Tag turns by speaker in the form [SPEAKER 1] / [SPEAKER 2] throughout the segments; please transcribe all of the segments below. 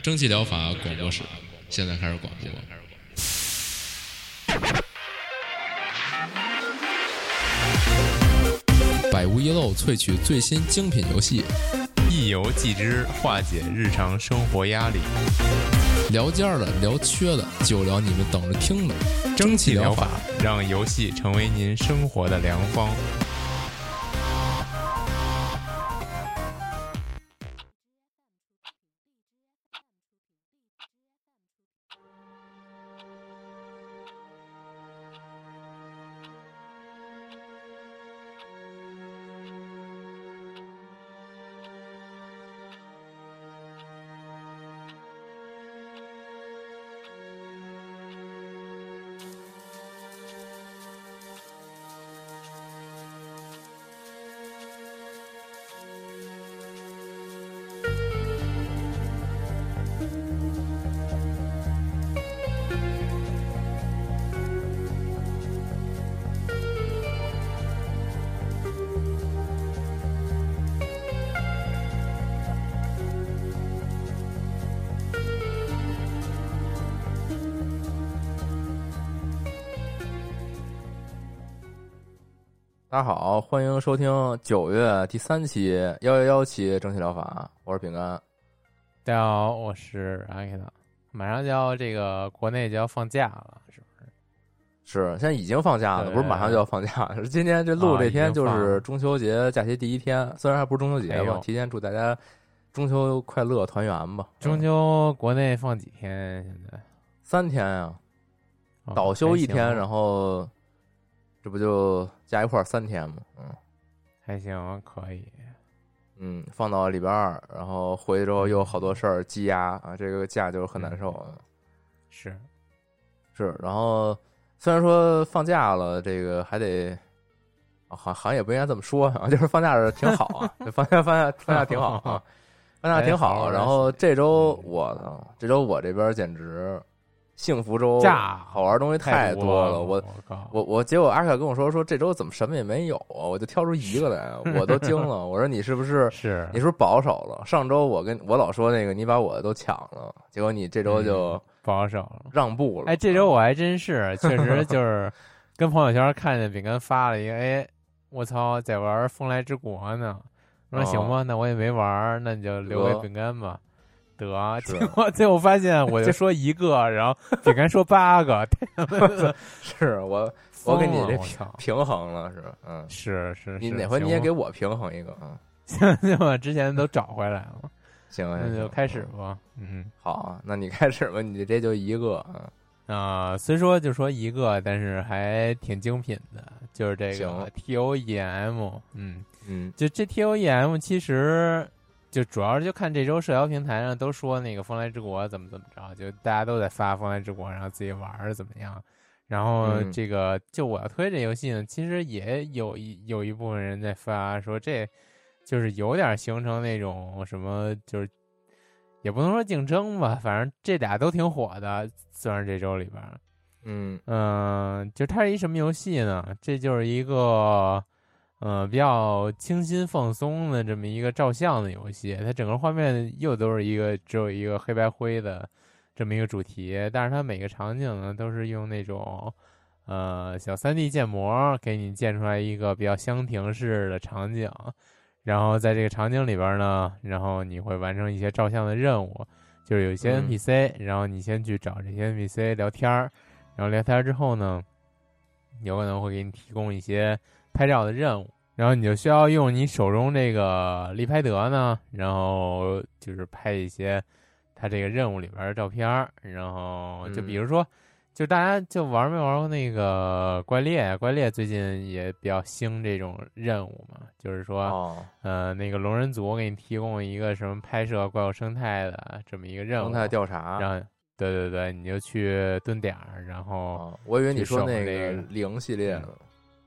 [SPEAKER 1] 蒸汽疗法广播室现在开始广播。百无一漏萃取最新精品游戏，
[SPEAKER 2] 一游即知，化解日常生活压力。
[SPEAKER 1] 聊尖的，聊缺的，就聊你们等着听的。
[SPEAKER 2] 蒸汽疗法让游戏成为您生活的良方。
[SPEAKER 3] 大家好，欢迎收听9月第3期111期蒸汽疗法，我是饼干。
[SPEAKER 2] 大家好，我是阿 K 的。马上就要这个国内就要放假了，是不是？
[SPEAKER 3] 是，现在已经放假了，不是马上就要放假了。今天这录这天就是中秋节假期第一天，虽然还不是中秋节吧，提前祝大家中秋快乐，团圆吧。
[SPEAKER 2] 中秋国内放几天？现在
[SPEAKER 3] 3天呀，倒休1天，然后这不就加一块3天吗？
[SPEAKER 2] 还行，可以。
[SPEAKER 3] 放到礼拜2，然后回去之后又有好多事儿积压啊，这个假就是很难受。
[SPEAKER 2] 是，
[SPEAKER 3] 然后虽然说放假了，这个还得好像也不应该这么说啊，就是放假是挺好啊，放假挺好啊，放假挺好。然后这周我这边简直幸福周，好玩的东西太多了。我结果阿凯跟我说这周怎么什么也没有啊，我就挑出一个来，我都惊了。我说你是不是你是不是保守了？上周我老说那个你把我的都抢了，结果你这周就
[SPEAKER 2] 保守了，
[SPEAKER 3] 让步了。
[SPEAKER 2] 哎，这周我还真是确实就是跟朋友圈看见饼干发了一个，哎，我操，在玩风来之国呢。我说行吧，那我也没玩，那你就留给饼干吧。得，结果发现我就说一个，然后饼干说8个，
[SPEAKER 3] 是我给你这平衡了，是，
[SPEAKER 2] 是，
[SPEAKER 3] 你哪回你也给我平衡一个啊？
[SPEAKER 2] 行吧，之前都找回来了，
[SPEAKER 3] 行，
[SPEAKER 2] 那就开始吧。
[SPEAKER 3] 好啊，那你开始吧，你这就一个
[SPEAKER 2] 虽说就说一个，但是还挺精品的，就是这个 TOEM， 就这 TOEM 其实。就主要就看这周社交平台上都说那个风来之国怎么着，就大家都在发风来之国，然后自己玩怎么样。然后这个就我要推这游戏呢，其实也有一部分人在发说这就是有点形成那种什么，就是也不能说竞争吧，反正这俩都挺火的，算是这周里边。就它是一什么游戏呢？这就是一个。比较清新放松的这么一个照相的游戏，它整个画面又都是只有一个黑白灰的这么一个主题，但是它每个场景呢都是用那种小3D 建模给你建出来一个比较箱庭式的场景，然后在这个场景里边呢，然后你会完成一些照相的任务，就是有一些 NPC，然后你先去找这些 NPC 聊天，然后聊天之后呢，有可能会给你提供一些拍照的任务，然后你就需要用你手中这个立拍得呢，然后就是拍一些它这个任务里边的照片，然后就比如说，就大家就玩没玩过那个怪猎最近也比较兴这种任务嘛，就是说那个龙人族给你提供一个什么拍摄怪物生态的这么一个任务，
[SPEAKER 3] 生态调查，
[SPEAKER 2] 然后对，你就去蹲点，然后
[SPEAKER 3] 我以为你说那个0系列呢。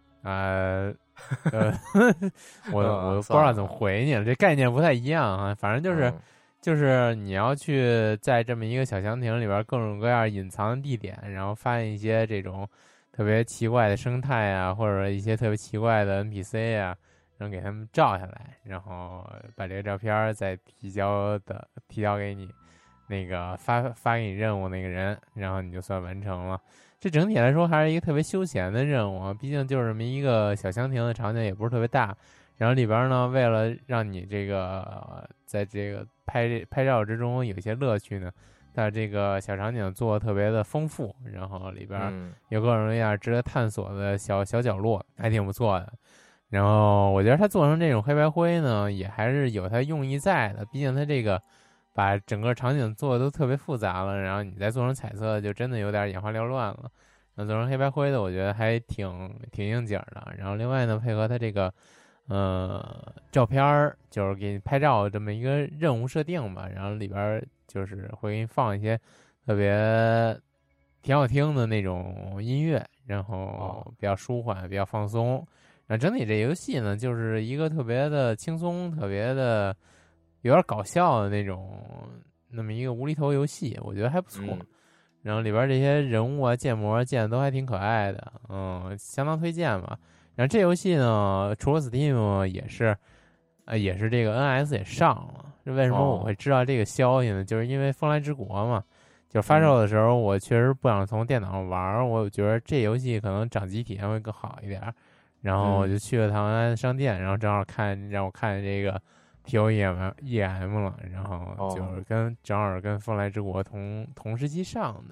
[SPEAKER 2] 我不知道怎么回你了，这概念不太一样啊。反正就是你要去在这么一个小箱庭里边各种各样隐藏的地点，然后发现一些这种特别奇怪的生态啊，或者一些特别奇怪的 NPC 啊，然后给他们照下来，然后把这个照片再提交给你， 那个发给你任务那个人，然后你就算完成了。这整体来说还是一个特别休闲的任务，毕竟就是这么一个小箱庭的场景，也不是特别大。然后里边呢，为了让你这个在这个拍照之中有一些乐趣呢，它这个小场景做的特别的丰富，然后里边有各种各样值得探索的小角落，还挺不错的。然后我觉得它做成这种黑白灰呢，也还是有它用意在的，毕竟它这个把整个场景做的都特别复杂了，然后你再做成彩色就真的有点眼花缭乱了。那做成黑白灰的，我觉得还挺应景的。然后另外呢，配合它这个照片就是给你拍照这么一个任务设定吧，然后里边就是会给你放一些特别挺好听的那种音乐，然后比较舒缓，比较放松。然后整体这游戏呢，就是一个特别的轻松，特别的有点搞笑的那么一个无厘头游戏，我觉得还不错。然后里边这些人物啊、建模建的都还挺可爱的，相当推荐吧。然后这游戏呢，除了 Steam 也是这个 NS 也上了。为什么我会知道这个消息呢？就是因为风来之国嘛，就发售的时候，我确实不想从电脑上玩，我觉得这游戏可能掌机体验会更好一点。然后我就去了趟安商店，然后正好让我看这个 TOEM 了，然后就是正好跟风来之国同时期上的，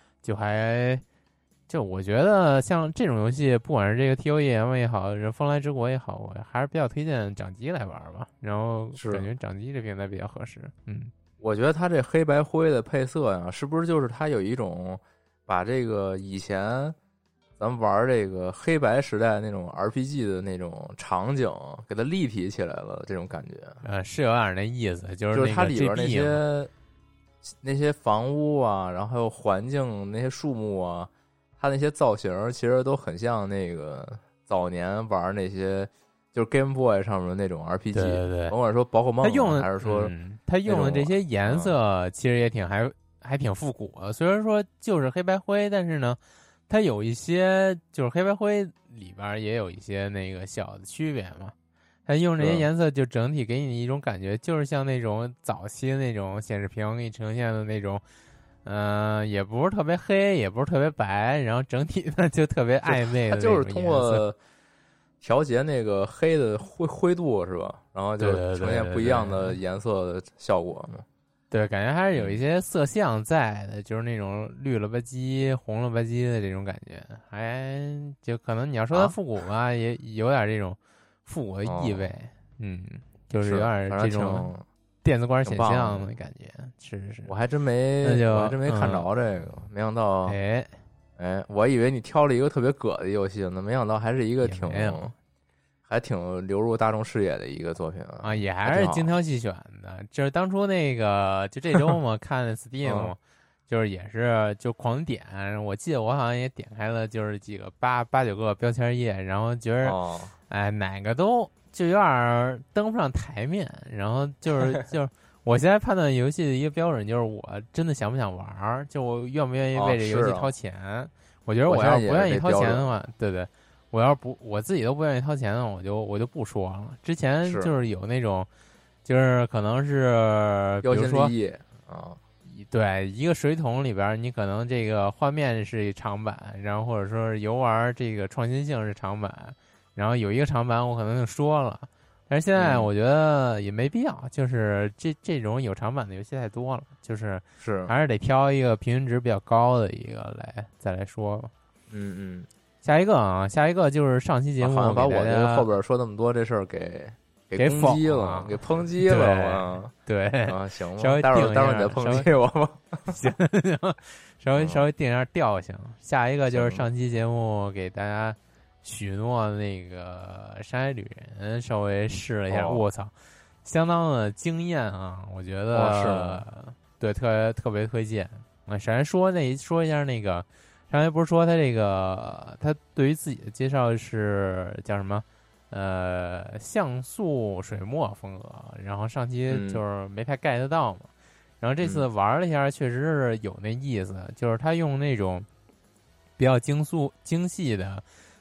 [SPEAKER 2] 就我觉得像这种游戏，不管是这个 TOEM 也好，风来之国也好，我还是比较推荐掌机来玩吧。然后感觉掌机这平台比较合适。
[SPEAKER 3] 我觉得它这黑白灰的配色呀，是不是就是它有一种把这个以前咱们玩这个黑白时代那种 RPG 的那种场景，给它立体起来了，这种感觉。
[SPEAKER 2] 是有点那意思，就是
[SPEAKER 3] 它里边那些房屋啊，然后还有环境那些树木啊，它那些造型其实都很像那个早年玩那些就是 Game Boy 上面的那种 RPG。
[SPEAKER 2] 对，
[SPEAKER 3] 甭管说宝可梦，还是说
[SPEAKER 2] 它用的这些颜色，其实也还挺复古的。虽然说就是黑白灰，但是呢，它有一些就是黑白灰里边也有一些那个小的区别嘛。它用这些颜色就整体给你一种感觉，就是像那种早期的那种显示屏给你呈现的那种，也不是特别黑，也不是特别白，然后整体呢就特别暧昧的那种颜色。它
[SPEAKER 3] 就是通过调节那个黑的灰度是吧？然后就呈现不一样的颜色的效果嘛。
[SPEAKER 2] 对，感觉还是有一些色相在的，就是那种绿了吧唧、红了吧唧的这种感觉，还就可能你要说它复古吧，也有点这种复古的意味。就是有点这种电子管显像的感觉。是，我还真没
[SPEAKER 3] 看着这个，没想到。我以为你挑了一个特别葛的游戏呢，没想到还是一个还挺流入大众视野的一个作品
[SPEAKER 2] 啊，也还是精挑细选的。就是当初那个就这周嘛，看 Steam，就是也是就狂点。我记得我好像也点开了，就是几个8、9个标签页，然后觉得哪个都就有点登不上台面。然后就是我现在判断游戏的一个标准就是我真的想不想玩，就我愿不愿意为这游戏掏钱。我觉得我要不愿意掏钱的话，对。我自己都不愿意掏钱，我就不说了。之前就是有那种，就是可能是比如说对，一个水桶里边，你可能这个画面是长板，然后或者说是游玩这个创新性是长板，然后有一个长板我可能就说了。但是现在我觉得也没必要，就是这种有长板的游戏太多了，就是还是得挑一个平均值比较高的一个再来说吧。下一个就是上期节目
[SPEAKER 3] 好像把我这个后边说那么多这事儿给抨击了，给抨击了。
[SPEAKER 2] 对
[SPEAKER 3] 行吧，
[SPEAKER 2] 稍微
[SPEAKER 3] 待会儿你再抨击我吧。
[SPEAKER 2] 行，稍微定一下调性。下一个就是上期节目给大家许诺那个《山海旅人》，稍微试了一下，我操，相当的惊艳啊！我觉得对，特别推荐。首先说一下那个。上回不是说他对于自己的介绍是叫什么？像素水墨风格，然后上期就是没太 get 到嘛。然后这次玩了一下，确实是有那意思，就是他用那种比较精细的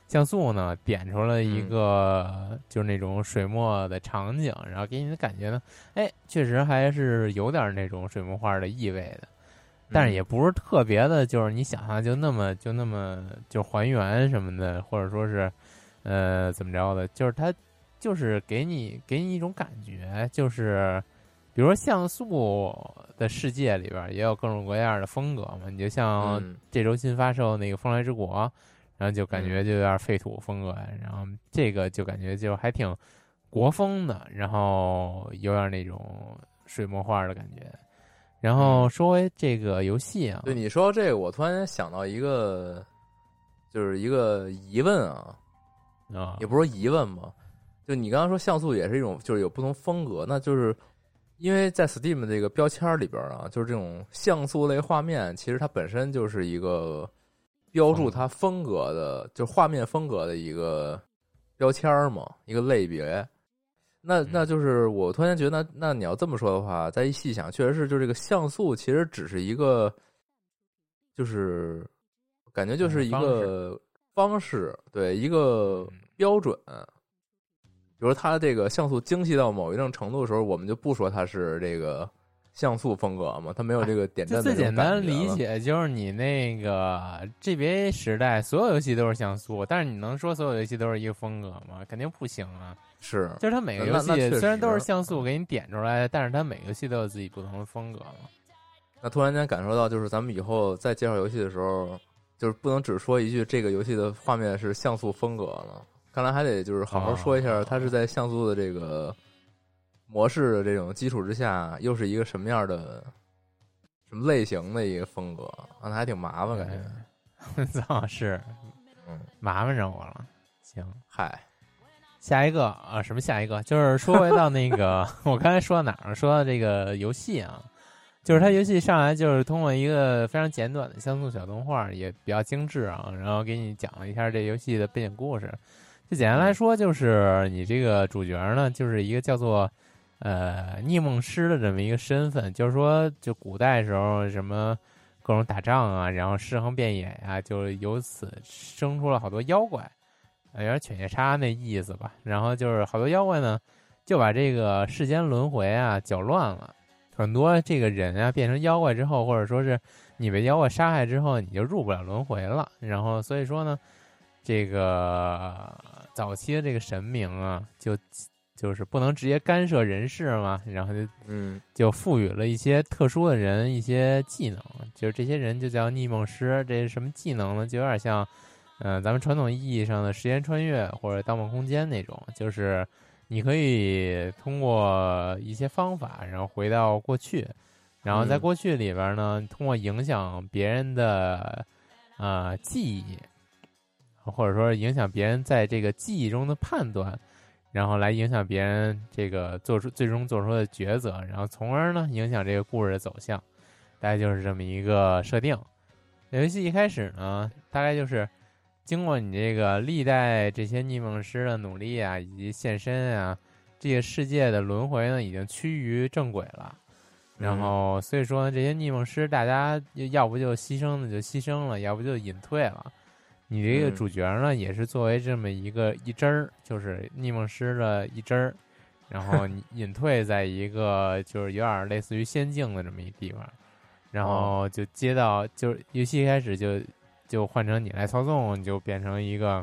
[SPEAKER 2] 像素呢点出了一个就是那种水墨的场景，然后给你的感觉呢，哎，确实还是有点那种水墨画的意味的，但是也不是特别的，就是你想象就那么就还原什么的，或者说是怎么着的，就是它就是给你一种感觉，就是比如说像素的世界里边也有各种各样的风格嘛，你就像这周新发售那个《风来之国》。然后就感觉就有点废土风格，然后这个就感觉就还挺国风的，然后有点那种水墨画的感觉。然后说回这个游戏啊，
[SPEAKER 3] 对你说到这个，我突然想到一个，就是一个疑问啊，也不是说疑问吧，就你刚刚说像素也是一种，就是有不同风格，那就是因为在 Steam 这个标签里边啊，就是这种像素类画面，其实它本身就是一个。标注它风格的，就是画面风格的一个标签嘛，一个类别。那就是我突然觉得，那你要这么说的话，再一细想，确实是，就这个像素其实只是一个，就是感觉就是一个方式，对，一个标准。比如它这个像素精细到某一定程度的时候，我们就不说它是这个。像素风格嘛，它没有这个点阵的。
[SPEAKER 2] 最简单理解就是你那个 GBA 时代，所有游戏都是像素，但是你能说所有游戏都是一个风格吗？肯定不行啊。
[SPEAKER 3] 是，
[SPEAKER 2] 就是它每个游戏虽然都是像素给你点出来，但是它每个游戏都有自己不同的风格嘛。
[SPEAKER 3] 那突然间感受到，就是咱们以后在介绍游戏的时候，就是不能只说一句这个游戏的画面是像素风格了，看来还得就是好好说一下，它是在像素的这个。模式的这种基础之下，又是一个什么样的、什么类型的一个风格？那还挺麻烦，感觉。
[SPEAKER 2] 操，是，麻烦着我了。行，
[SPEAKER 3] 嗨，
[SPEAKER 2] 下一个啊，什么下一个？就是说回到那个，我刚才说到哪儿了？说到这个游戏啊，就是它游戏上来就是通过一个非常简短的像素小动画，也比较精致啊，然后给你讲了一下这游戏的背景故事。就简单来说，就是你这个主角呢，就是一个叫做。逆梦师的这么一个身份，就是说，就古代时候什么各种打仗啊，然后尸横遍野呀，就由此生出了好多妖怪，有点犬夜叉那意思吧。然后就是好多妖怪呢，就把这个世间轮回啊搅乱了，很多这个人啊变成妖怪之后，或者说是你被妖怪杀害之后，你就入不了轮回了。然后所以说呢，这个早期的这个神明啊，就是不能直接干涉人事嘛，然后就赋予了一些特殊的人一些技能，就是这些人就叫逆梦师。这是什么技能呢？就有点像，咱们传统意义上的时间穿越或者盗梦空间那种，就是你可以通过一些方法，然后回到过去，然后在过去里边呢，通过影响别人的记忆，或者说影响别人在这个记忆中的判断。然后来影响别人这个最终做出的抉择，然后从而呢影响这个故事的走向，大概就是这么一个设定。游戏一开始呢，大概就是经过你这个历代这些逆梦师的努力啊，以及现身啊，这个世界的轮回呢已经趋于正轨了。然后所以说呢，这些逆梦师大家要不就牺牲的就牺牲了，要不就隐退了。你这个主角呢，也是作为这么一支儿，就是逆梦师的一支儿，然后你隐退在一个就是有点类似于仙境的这么一个地方，然后就接到就是游戏一开始就换成你来操纵，你就变成一个，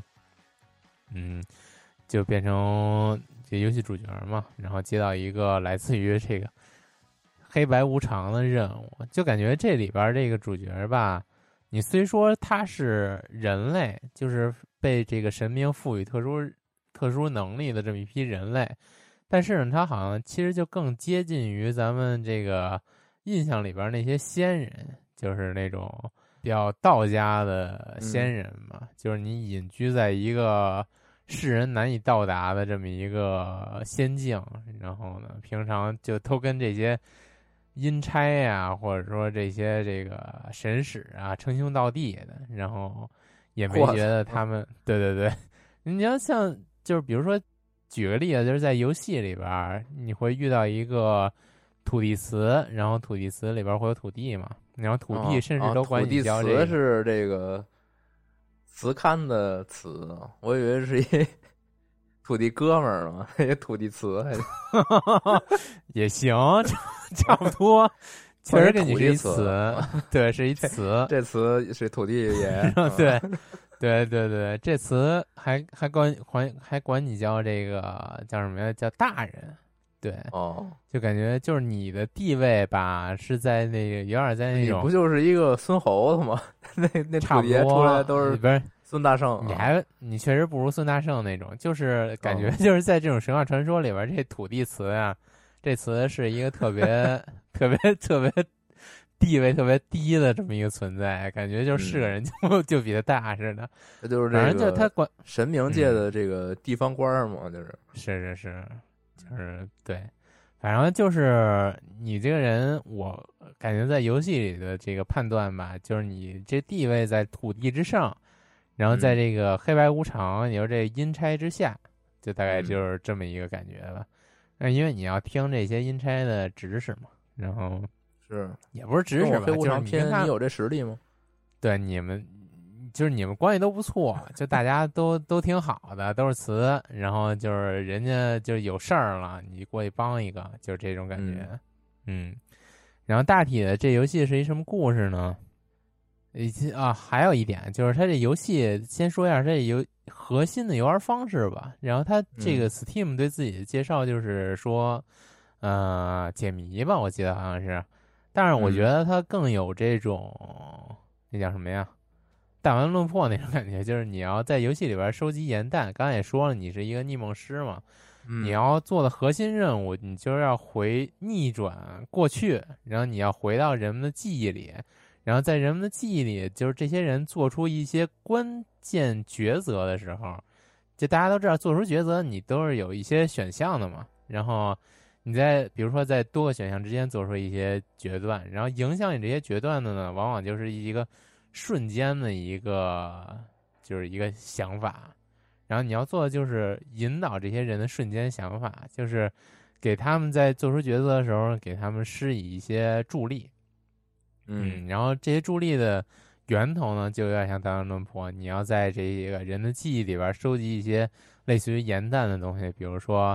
[SPEAKER 2] 就变成这游戏主角嘛，然后接到一个来自于这个黑白无常的任务，就感觉这里边这个主角吧。你虽说他是人类，就是被这个神明赋予特殊能力的这么一批人类，但是呢，他好像其实就更接近于咱们这个印象里边那些仙人，就是那种比较道家的仙人嘛，就是你隐居在一个世人难以到达的这么一个仙境，然后呢，平常就都跟这些阴差呀，或者说这些这个神使啊称兄道弟的，然后也没觉得他们对，你要像就是比如说举个例子，就是在游戏里边你会遇到一个土地祠，然后土地祠里边会有土地嘛，然后土地甚至都管你叫这个，
[SPEAKER 3] 土地祠是这个瓷勘的瓷，我以为是一土地哥们儿嘛，也土地瓷
[SPEAKER 2] 也行，差不多。确实跟你是一
[SPEAKER 3] 词，
[SPEAKER 2] 对，是一词。
[SPEAKER 3] 这词是土地爷，
[SPEAKER 2] 对，对对对，这词还管你叫这个叫什么呀？叫大人。对，
[SPEAKER 3] 哦，
[SPEAKER 2] 就感觉就是你的地位吧，是在那个有点在那种，
[SPEAKER 3] 你不就是一个孙猴子吗？那土地爷出来都是
[SPEAKER 2] 不是
[SPEAKER 3] 孙大圣，
[SPEAKER 2] 你确实不如孙大圣那种，就是感觉就是在这种神话传说里边，这土地词啊，这词是一个特别特别地位特别低的这么一个存在，感觉就是个人就比他大似的。
[SPEAKER 3] 这就是
[SPEAKER 2] 反正就他管
[SPEAKER 3] 神明界的这个地方官嘛，
[SPEAKER 2] 是，就是对，反正就是你这个人，我感觉在游戏里的这个判断吧，就是你这地位在土地之上，然后在这个黑白无常，也就是这阴差之下，就大概就是这么一个感觉吧。那因为你要听这些阴差的指使嘛，然后
[SPEAKER 3] 是
[SPEAKER 2] 也不是指使吧，就是
[SPEAKER 3] 你有这实力吗？
[SPEAKER 2] 对，你们关系都不错，就大家都挺好的，都是词，然后就是人家就有事儿了，你过去帮一个，就是这种感觉。然后大体的这游戏是一什么故事呢？还有一点就是它这游戏，先说一下它这核心的游玩方式吧。然后它这个 Steam 对自己的介绍就是说，解谜吧，我记得好像是，但是我觉得它更有这种那叫什么呀？弹丸论破那种感觉，就是你要在游戏里边收集盐弹。刚才也说了，你是一个逆梦师嘛，你要做的核心任务，你就是要逆转过去，然后你要回到人们的记忆里，然后在人们的记忆里，就是这些人做出一些关键抉择的时候，就大家都知道，做出抉择你都是有一些选项的嘛，然后你比如说在多个选项之间做出一些决断，然后影响你这些决断的呢，往往就是一个瞬间的一个想法，然后你要做的就是引导这些人的瞬间想法，就是给他们在做出抉择的时候给他们施以一些助力。然后这些助力的源头呢，就有点像弹丸论破，你要在这个人的记忆里边收集一些类似于盐弹的东西，比如说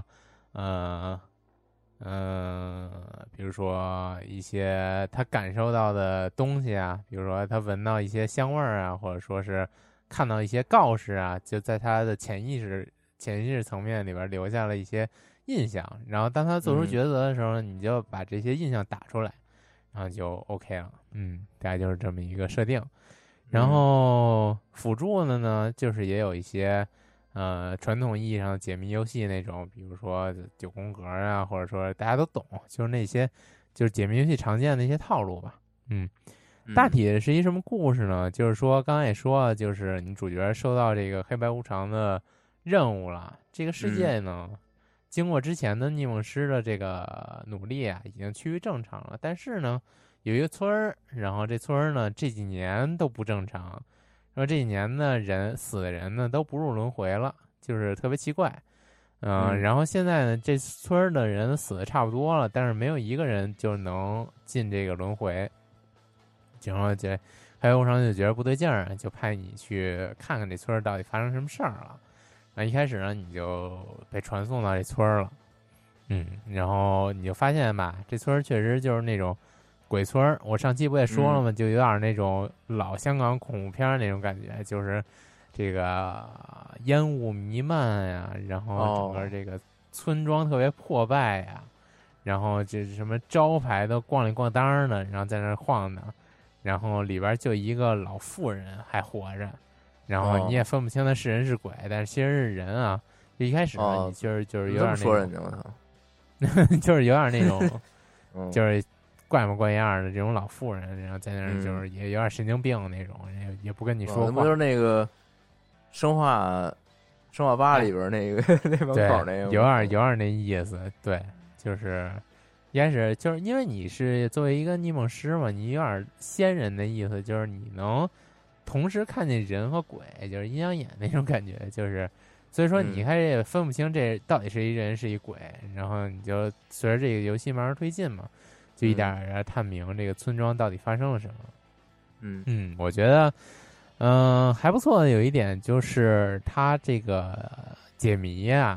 [SPEAKER 2] 比如说一些他感受到的东西啊，比如说他闻到一些香味儿啊，或者说是看到一些告示啊，就在他的潜意识层面里边留下了一些印象，然后当他做出抉择的时候，你就把这些印象打出来，然后就 OK 了。大概就是这么一个设定。然后辅助的呢，就是也有一些传统意义上的解谜游戏那种，比如说9宫格啊，或者说大家都懂，就是那些就是解谜游戏常见的一些套路吧。大体是一什么故事呢？就是说刚才也说了，就是你主角受到这个黑白无常的任务了，这个世界呢，经过之前的逆梦师的这个努力啊，已经趋于正常了，但是呢有一个村儿，然后这村儿呢这几年都不正常，然后这几年呢死的人呢都不入轮回了，就是特别奇怪。然后现在呢这村的人死的差不多了，但是没有一个人就能进这个轮回。然后黑白无常就觉得不对劲儿，就派你去看看这村到底发生什么事儿了。一开始呢你就被传送到这村了。然后你就发现吧，这村确实就是那种鬼村，我上期不也说了吗？就有点那种老香港恐怖片那种感觉，就是这个烟雾弥漫呀，然后整个这个村庄特别破败呀，然后这什么招牌都咣里咣当的，然后在那晃荡，然后里边就一个老妇人还活着，然后你也分不清他是人是鬼，但是其实是人啊。就一开始呢，你就是有点那种就是有点那种就是怪模怪样的这种老妇人，然后在那儿就是也有点神经病那种，也不跟你说话。
[SPEAKER 3] 不就是那个生化8里边那个那门口那个，
[SPEAKER 2] 有点那意思。对，就是一开始就是因为你是作为一个逆梦师嘛，你有点仙人的意思，就是你能同时看见人和鬼，就是阴阳眼那种感觉，就是所以说你开始也分不清这到底是一人是一鬼，然后你就随着这个游戏慢慢推进嘛，就一点点探明这个村庄到底发生了什么。我觉得还不错的有一点就是它这个解谜呀，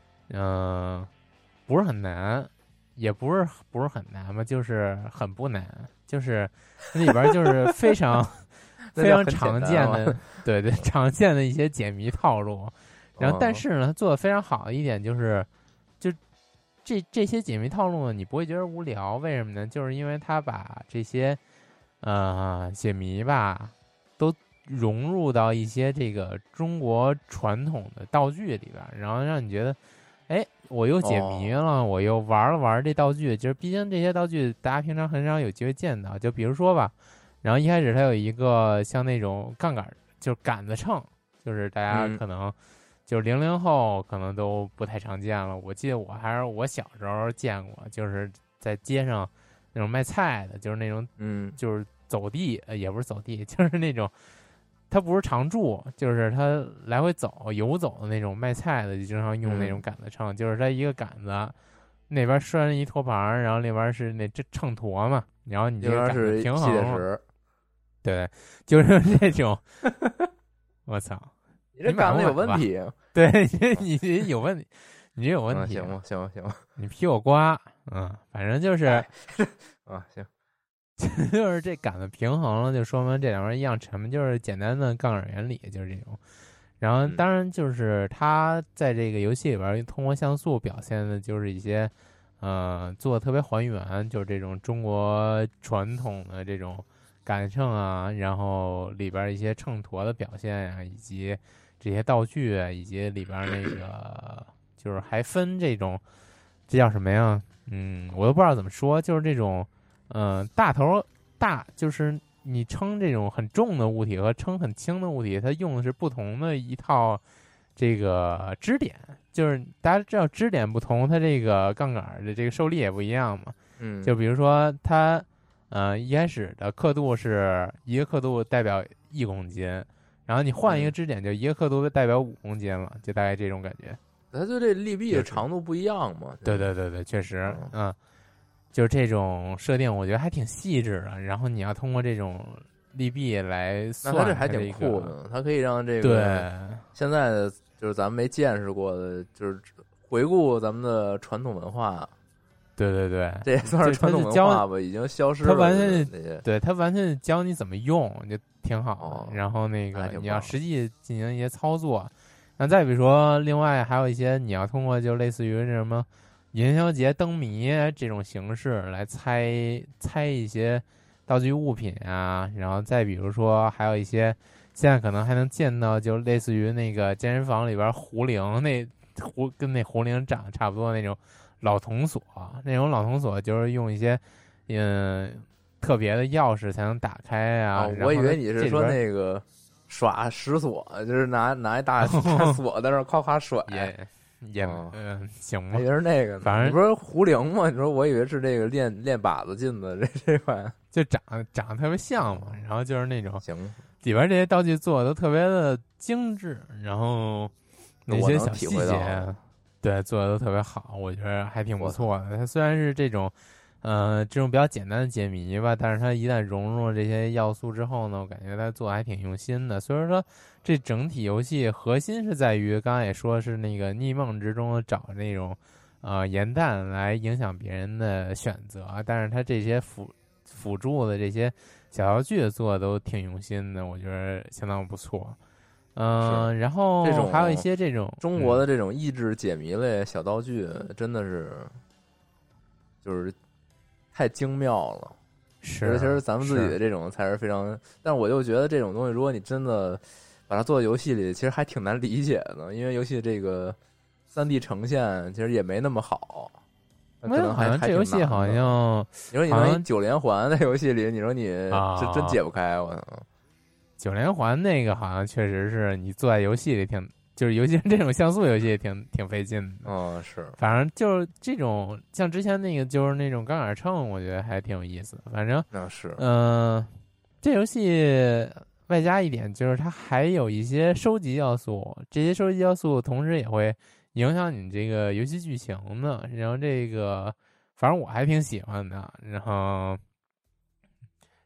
[SPEAKER 2] 不是很难，也不是很难吧，就是很不难，就是里边就是非常非常常见的，对对，常见的一些解谜套路。然后，但是呢，它做的非常好的一点就是，就这些解谜套路呢，你不会觉得无聊，为什么呢？就是因为它把这些解谜吧，都融入到一些这个中国传统的道具里边，然后让你觉得，哎，我又解谜了，我又玩了玩这道具。就是毕竟这些道具大家平常很少有机会见到，就比如说吧，然后一开始它有一个像那种杠杆，就是杆子秤，就是大家可能就是00后可能都不太常见了。我记得我小时候见过，就是在街上那种卖菜的，就是那种就是走地，也不是走地，就是那种。它不是常驻，就是它来回走游走的那种卖菜的，就经常用那种杆子秤，就是它一个杆子那边拴一托盘，然后那边是那秤砣嘛，然后你这个杆子平衡，对，就是这种。我操，
[SPEAKER 3] 你这杆子有问题，
[SPEAKER 2] 对你有问题，你有问题，
[SPEAKER 3] 行吧，
[SPEAKER 2] 你批我瓜，反正就是
[SPEAKER 3] 行。
[SPEAKER 2] 就是这杆子平衡了，就说明这两边一样沉，就是简单的杠杆原理，就是这种。然后当然就是它在这个游戏里边通过像素表现的就是一些做的特别还原，就是这种中国传统的这种杆秤啊，然后里边一些秤砣的表现呀，以及这些道具啊，以及里边那个就是还分这种这叫什么呀？我都不知道怎么说，就是这种。大头大就是你称这种很重的物体和称很轻的物体，它用的是不同的一套这个支点，就是大家知道支点不同，它这个杠杆的这个受力也不一样嘛。就比如说它一开始的刻度是一个刻度代表1公斤，然后你换一个支点就一个刻度代表5公斤了，就大概这种感觉。
[SPEAKER 3] 它就这利弊的长度不一样嘛。
[SPEAKER 2] 对，确实，就是这种设定，我觉得还挺细致的。然后你要通过这种利弊来算，
[SPEAKER 3] 那它这还挺酷的。它可以让这个现在的就是咱们没见识过的，就是回顾咱们的传统文化。
[SPEAKER 2] 对，
[SPEAKER 3] 这也算是传统文化吧，已经消失了。
[SPEAKER 2] 它完全对，它完全教你怎么用，就挺好。然后那个你要实际进行一些操作。那再比如说，另外还有一些你要通过就类似于什么。元宵节灯谜这种形式来猜一些道具物品啊，然后再比如说还有一些现在可能还能见到，就类似于那个健身房里边壶铃跟那壶铃长得差不多那种老铜锁，那种老铜锁就是用一些特别的钥匙才能打开啊。
[SPEAKER 3] 我以为你是说那个耍石锁，就是拿一大锁在那夸夸甩。
[SPEAKER 2] 也行吧，
[SPEAKER 3] 以为是那个，
[SPEAKER 2] 反正
[SPEAKER 3] 你不是壶铃吗？你说我以为是这个练靶子劲的这款，
[SPEAKER 2] 就长得特别像嘛。然后就是那种
[SPEAKER 3] 行，
[SPEAKER 2] 里边这些道具做的都特别的精致，然后那些小细节，对，做的都特别好，我觉得还挺不错的。它虽然是这种这种比较简单的解谜吧，但是它一旦融入了这些要素之后呢，我感觉它做的还挺用心的。所以说这整体游戏核心是在于刚才也说是那个逆梦之中找那种盐弹来影响别人的选择，但是它这些辅助的这些小道具做的都挺用心的，我觉得相当不错。然后这种还有一些这种
[SPEAKER 3] 中国的这种益智解谜类小道具，真的是就是太精妙了。
[SPEAKER 2] 是，
[SPEAKER 3] 尤其是咱们自己的这种才是非常。但是我就觉得这种东西，如果你真的把它做到游戏里，其实还挺难理解的，因为游戏这个3D 呈现其实也没那么好。可能
[SPEAKER 2] 好像这游戏好像，
[SPEAKER 3] 你说你说9连环在游戏里，你说你这真解不开，我操
[SPEAKER 2] ！9连环那个好像确实是你坐在游戏里就是尤其是这种像素游戏挺费劲的。
[SPEAKER 3] 是。
[SPEAKER 2] 反正就是这种像之前那个就是那种杠杆秤，我觉得还挺有意思的。反正
[SPEAKER 3] 是。
[SPEAKER 2] 这游戏外加一点就是它还有一些收集要素，这些收集要素同时也会影响你这个游戏剧情的。然后这个反正我还挺喜欢的。然后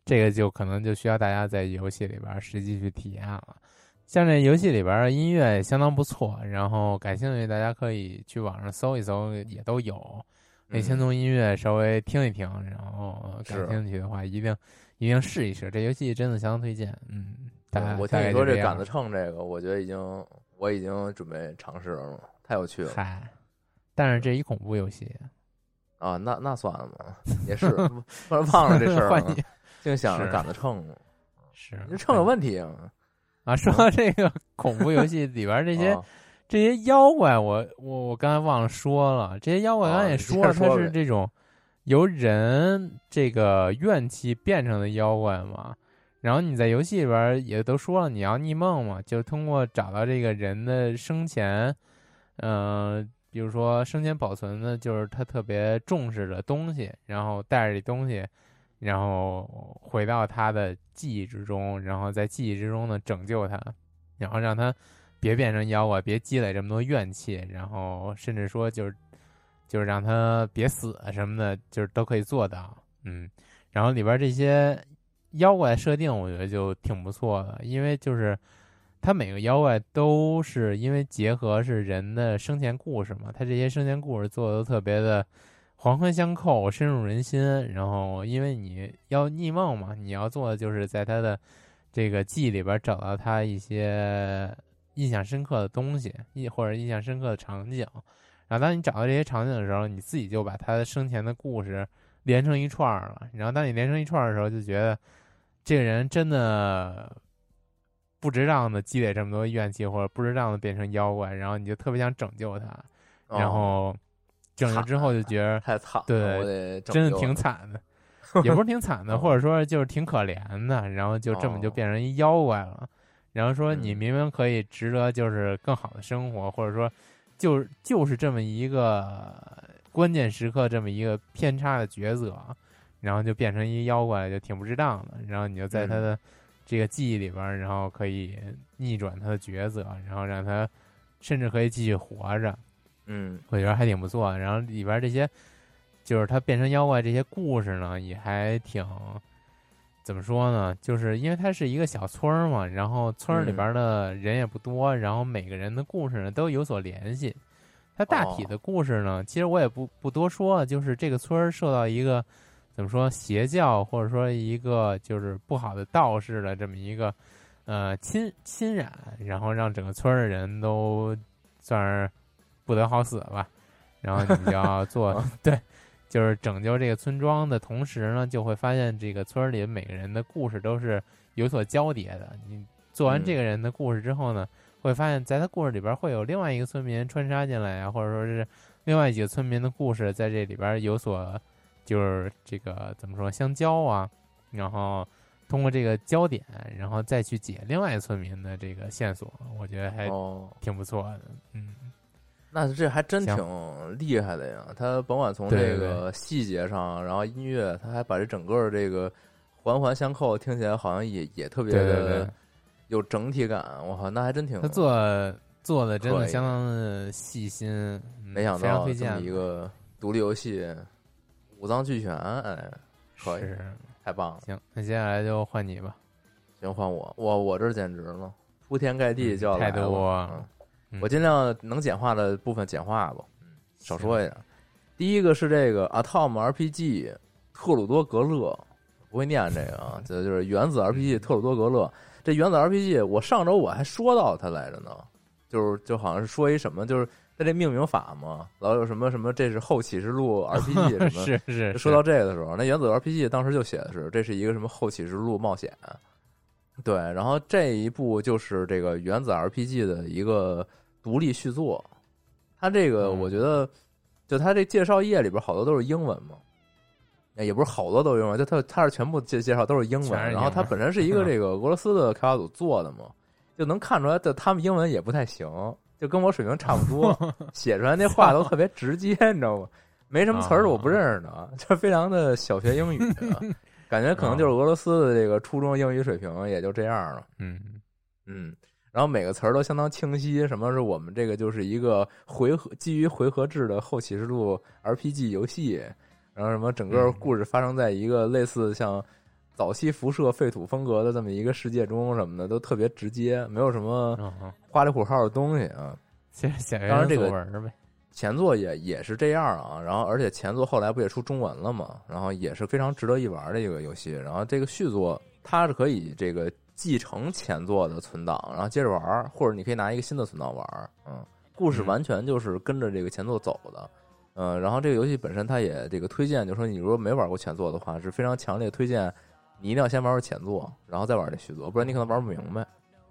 [SPEAKER 2] 这个就可能就需要大家在游戏里边实际去体验了。像这游戏里边的音乐也相当不错，然后感兴趣大家可以去网上搜一搜，也都有。可以先从音乐稍微听一听，然后感兴趣的话一定试一试。这游戏真的相当推荐。
[SPEAKER 3] 我听你说这杆子秤这个，我觉得我已经准备尝试了，太有趣了。
[SPEAKER 2] 嗨，但是这一恐怖游戏
[SPEAKER 3] 啊，那算了吧，也是，突然忘了这事儿了，净想着杆子秤了。
[SPEAKER 2] 是，
[SPEAKER 3] 这秤有问题
[SPEAKER 2] 啊！说到这个恐怖游戏里边这些妖怪，我刚才忘了说了，这些妖怪刚才也说了，它是这种由人这个怨气变成的妖怪嘛。然后你在游戏里边也都说了，你要逆梦嘛，就通过找到这个人的生前，比如说生前保存的就是他特别重视的东西，然后带着这东西，然后回到他的记忆之中，然后在记忆之中呢拯救他，然后让他别变成妖怪，别积累这么多怨气，然后甚至说就是让他别死什么的，就是都可以做到。然后里边这些妖怪设定我觉得就挺不错的，因为就是它每个妖怪都是因为结合是人的生前故事嘛，它这些生前故事做的都特别的环环相扣，深入人心。然后因为你要逆梦嘛，你要做的就是在他的这个记忆里边找到他一些印象深刻的东西，或者印象深刻的场景。然后当你找到这些场景的时候，你自己就把他生前的故事连成一串了。然后当你连成一串的时候，就觉得这个人真的不值当的积累这么多怨气，或者不值当的变成妖怪，然后你就特别想拯救他，然后拯救之后就觉得
[SPEAKER 3] 太惨了，
[SPEAKER 2] 对，真的挺惨的，也不是挺惨的，或者说就是挺可怜的，然后就这么就变成一妖怪了。然后说你明明可以值得就是更好的生活，或者说就是这么一个关键时刻这么一个偏差的抉择，然后就变成一妖怪，就挺不值当的。然后你就在他的这个记忆里边，然后可以逆转他的抉择，然后让他甚至可以继续活着。我觉得还挺不错的。然后里边这些就是他变成妖怪这些故事呢，也还挺怎么说呢？就是因为它是一个小村嘛，然后村里边的人也不多，然后每个人的故事呢都有所联系。它大体的故事呢，其实我也不多说了，就是这个村受到一个怎么说邪教，或者说一个就是不好的道士的这么一个侵染，然后让整个村的人都算是不得好死吧。然后你就要做对，就是拯救这个村庄的同时呢，就会发现这个村里每个人的故事都是有所交叠的。你做完这个人的故事之后呢，会发现在他故事里边会有另外一个村民穿插进来啊，或者说是另外几个村民的故事在这里边有所就是这个怎么说相交啊，然后通过这个焦点，然后再去解另外一村民的这个线索，我觉得还挺不错的。
[SPEAKER 3] 那这还真挺厉害的呀！他甭管从这个细节上，
[SPEAKER 2] 对
[SPEAKER 3] 然后音乐，他还把这整个这个环环相扣，听起来好像也特别的有整体感。我靠，那还真挺
[SPEAKER 2] 他做的真的相当的细心，
[SPEAKER 3] 没想到
[SPEAKER 2] 这么
[SPEAKER 3] 一个独立游戏五脏俱全，哎，可以，太棒了。
[SPEAKER 2] 行，那接下来就换你吧。
[SPEAKER 3] 行，换我这简直了，铺天盖地就要来了。
[SPEAKER 2] 太多。
[SPEAKER 3] 我尽量能简化的部分简化吧，少说一点。第一个是这个 Atom RPG 特鲁多格勒，不会念这个啊，这就是原子 RPG 特鲁多格勒。这原子 RPG 我上周我还说到它来着呢，就好像是说一什么，就是在这命名法嘛，老有什么什么，这是后启示录 RPG 什么，
[SPEAKER 2] 是
[SPEAKER 3] 说到这个的时候，那原子 RPG 当时就写的是这是一个什么后启示录冒险。对，然后这一部就是这个原子 RPG 的一个独立续作。它这个我觉得，就它这介绍页里边好多都是英文嘛，也不是好多都是英文，就它是全部介绍都是英文。然后它本身是一个这个俄罗斯的开发组做的嘛，就能看出来的他们英文也不太行，就跟我水平差不多，写出来那话都特别直接，你知道吗？没什么词儿我不认识的，就非常的小学英语。感觉可能就是俄罗斯的这个初中英语水平也就这样了。然后每个词儿都相当清晰，什么是我们这个就是一个基于回合制的后启示录 RPG 游戏，然后什么整个故事发生在一个类似像早期辐射废土风格的这么一个世界中什么的，都特别直接，没有什么花里胡哨的东西啊。
[SPEAKER 2] 当
[SPEAKER 3] 然这个
[SPEAKER 2] 呗。
[SPEAKER 3] 前作也是这样啊，然后而且前作后来不也出中文了嘛，然后也是非常值得一玩的一个游戏。然后这个续作它是可以这个继承前作的存档，然后接着玩，或者你可以拿一个新的存档玩。故事完全就是跟着这个前作走的。然后这个游戏本身它也这个推荐，就是说你如果没玩过前作的话，是非常强烈推荐你一定要先玩玩前作，然后再玩这续作，不然你可能玩不明白。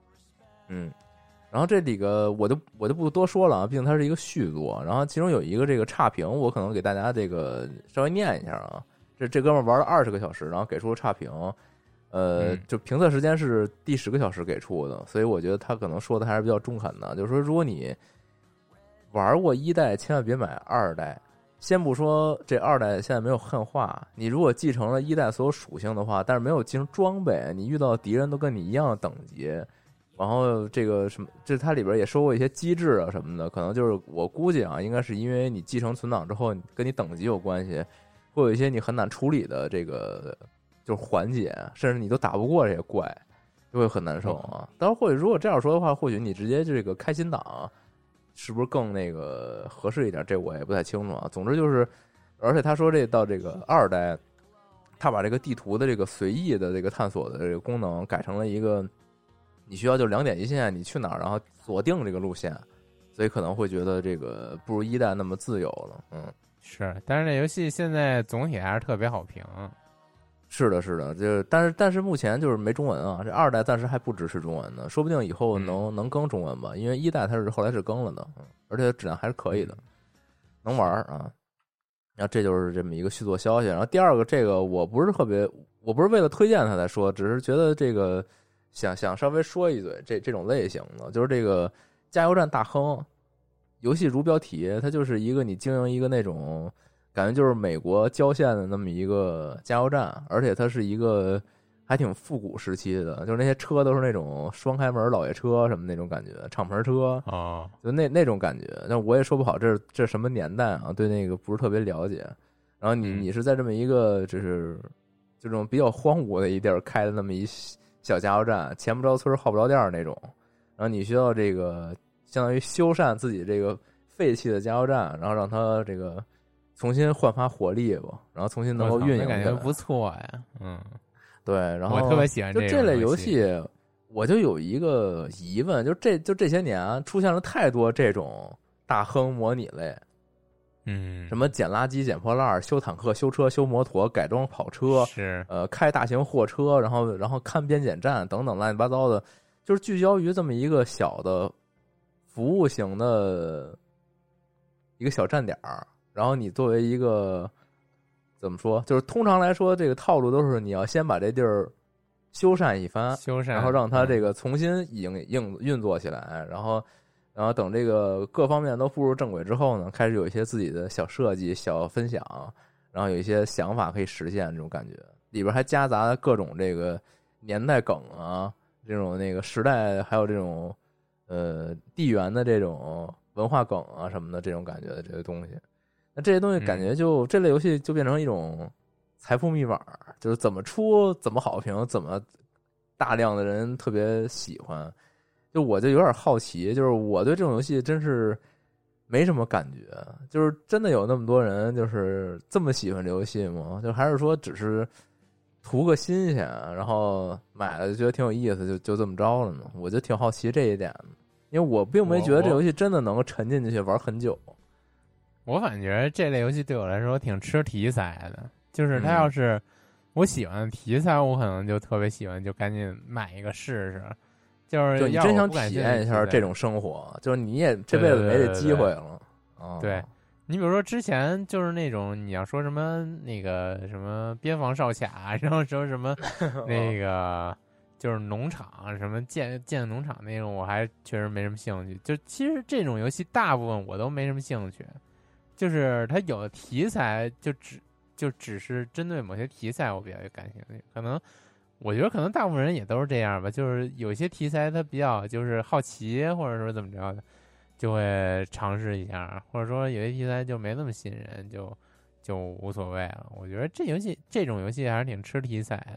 [SPEAKER 3] 然后这里个我就不多说了啊，毕竟它是一个续作。然后其中有一个这个差评，我可能给大家这个稍微念一下啊。这哥们玩了20个小时，然后给出了差评。就评测时间是第10个小时给出的，所以我觉得他可能说的还是比较中肯的，就是说如果你玩过1代，千万别买2代。先不说这2代现在没有汉化，你如果继承了1代所有属性的话，但是没有继承装备，你遇到的敌人都跟你一样的等级。然后这个什么，这它里边也说过一些机制啊什么的，可能就是我估计啊，应该是因为你继承存档之后跟你等级有关系，会有一些你很难处理的这个就是环节，甚至你都打不过这些怪，就会很难受啊。当然或者如果这样说的话，或许你直接这个开新档是不是更那个合适一点，这我也不太清楚啊。总之就是，而且他说这到这个2代，他把这个地图的这个随意的这个探索的这个功能改成了一个你需要就2点一线，你去哪儿然后锁定这个路线，所以可能会觉得这个不如1代那么自由了。
[SPEAKER 2] 是，但是这游戏现在总体还是特别好评。
[SPEAKER 3] 是的，就但是目前就是没中文啊，这2代暂时还不支持中文呢，说不定以后能更中文吧，因为1代它是后来是更了的，而且质量还是可以的，能玩啊。然后这就是这么一个续作消息。然后第二个，这个我不是为了推荐它才说，只是觉得这个想稍微说一嘴这种类型的，就是这个加油站大亨游戏如标题，它就是一个你经营一个那种感觉就是美国郊县的那么一个加油站，而且它是一个还挺复古时期的，就是那些车都是那种双开门老爷车什么那种感觉，敞篷车
[SPEAKER 2] 啊，
[SPEAKER 3] 就那种感觉。但我也说不好这什么年代啊，对那个不是特别了解。然后你是在这么一个就是这种比较荒芜的一地儿开的那么一小加油站，前不着村后不着店那种，然后你需要这个相当于修缮自己这个废弃的加油站，然后让它这个重新焕发活力吧，然后重新能够运营起来，
[SPEAKER 2] 感觉不错呀。
[SPEAKER 3] 对，然后
[SPEAKER 2] 我特别喜欢
[SPEAKER 3] 这类游戏，我就有一个疑问，就这些年啊，出现了太多这种大亨模拟类，什么捡垃圾、捡破烂、修坦克、修车、修摩托、改装跑车，
[SPEAKER 2] 是
[SPEAKER 3] 开大型货车，然后看边检站等等乱七八糟的，就是聚焦于这么一个小的服务型的一个小站点儿，然后你作为一个怎么说，就是通常来说，这个套路都是你要先把这地儿修缮一番，然后让它这个重新运作起来，然后等这个各方面都步入正轨之后呢，开始有一些自己的小设计、小分享，然后有一些想法可以实现，这种感觉里边还夹杂各种这个年代梗啊，这种那个时代，还有这种地缘的这种文化梗啊什么的，这种感觉的这些东西。那这些东西感觉就这类游戏就变成一种财富密码，就是怎么出怎么好评，怎么大量的人特别喜欢。就我就有点好奇，就是我对这种游戏真是没什么感觉，就是真的有那么多人就是这么喜欢这游戏吗？就还是说只是图个新鲜，然后买了就觉得挺有意思，就这么着了呢？我就挺好奇这一点的，因为我并没觉得这游戏真的能够沉浸进去玩很久。
[SPEAKER 2] 我反正觉得这类游戏对我来说挺吃题材的，就是它要是我喜欢的题材，我可能就特别喜欢，就赶紧买一个试试。就是
[SPEAKER 3] 你真想体验一下这种生活，就是你也这辈子没这机会了。
[SPEAKER 2] 对，你比如说之前就是那种你要说什么那个什么边防哨卡，然后说什么那个就是农场什么建农场那种，我还确实没什么兴趣。就其实这种游戏大部分我都没什么兴趣，就是它有的题材就只是针对某些题材我比较感兴趣，可能。我觉得可能大部分人也都是这样吧，就是有些题材它比较就是好奇，或者说怎么着的，就会尝试一下，或者说有些题材就没那么吸引人，就无所谓了。我觉得这种游戏还是挺吃题材的。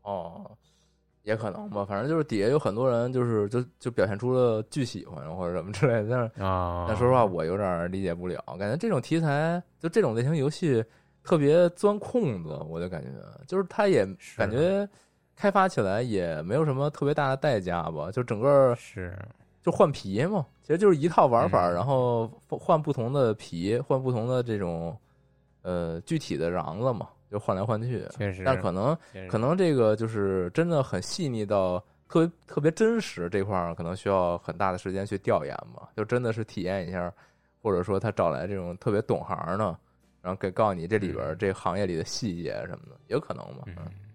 [SPEAKER 3] 哦，也可能吧，反正就是底下有很多人就表现出了巨喜欢或者什么之类的，但说实话我有点理解不了，感觉这种题材就这种类型游戏特别钻空子，我就感觉就是它也感觉开发起来也没有什么特别大的代价吧，就整个就换皮嘛，其实就是一套玩法，然后换不同的皮，换不同的这种具体的瓤子嘛，就换来换去。
[SPEAKER 2] 确实，
[SPEAKER 3] 但可能这个就是真的很细腻到特别真实这块儿，可能需要很大的时间去调研嘛，就真的是体验一下，或者说他找来这种特别懂行的，然后告诉你这里边这行业里的细节什么的，有可能嘛？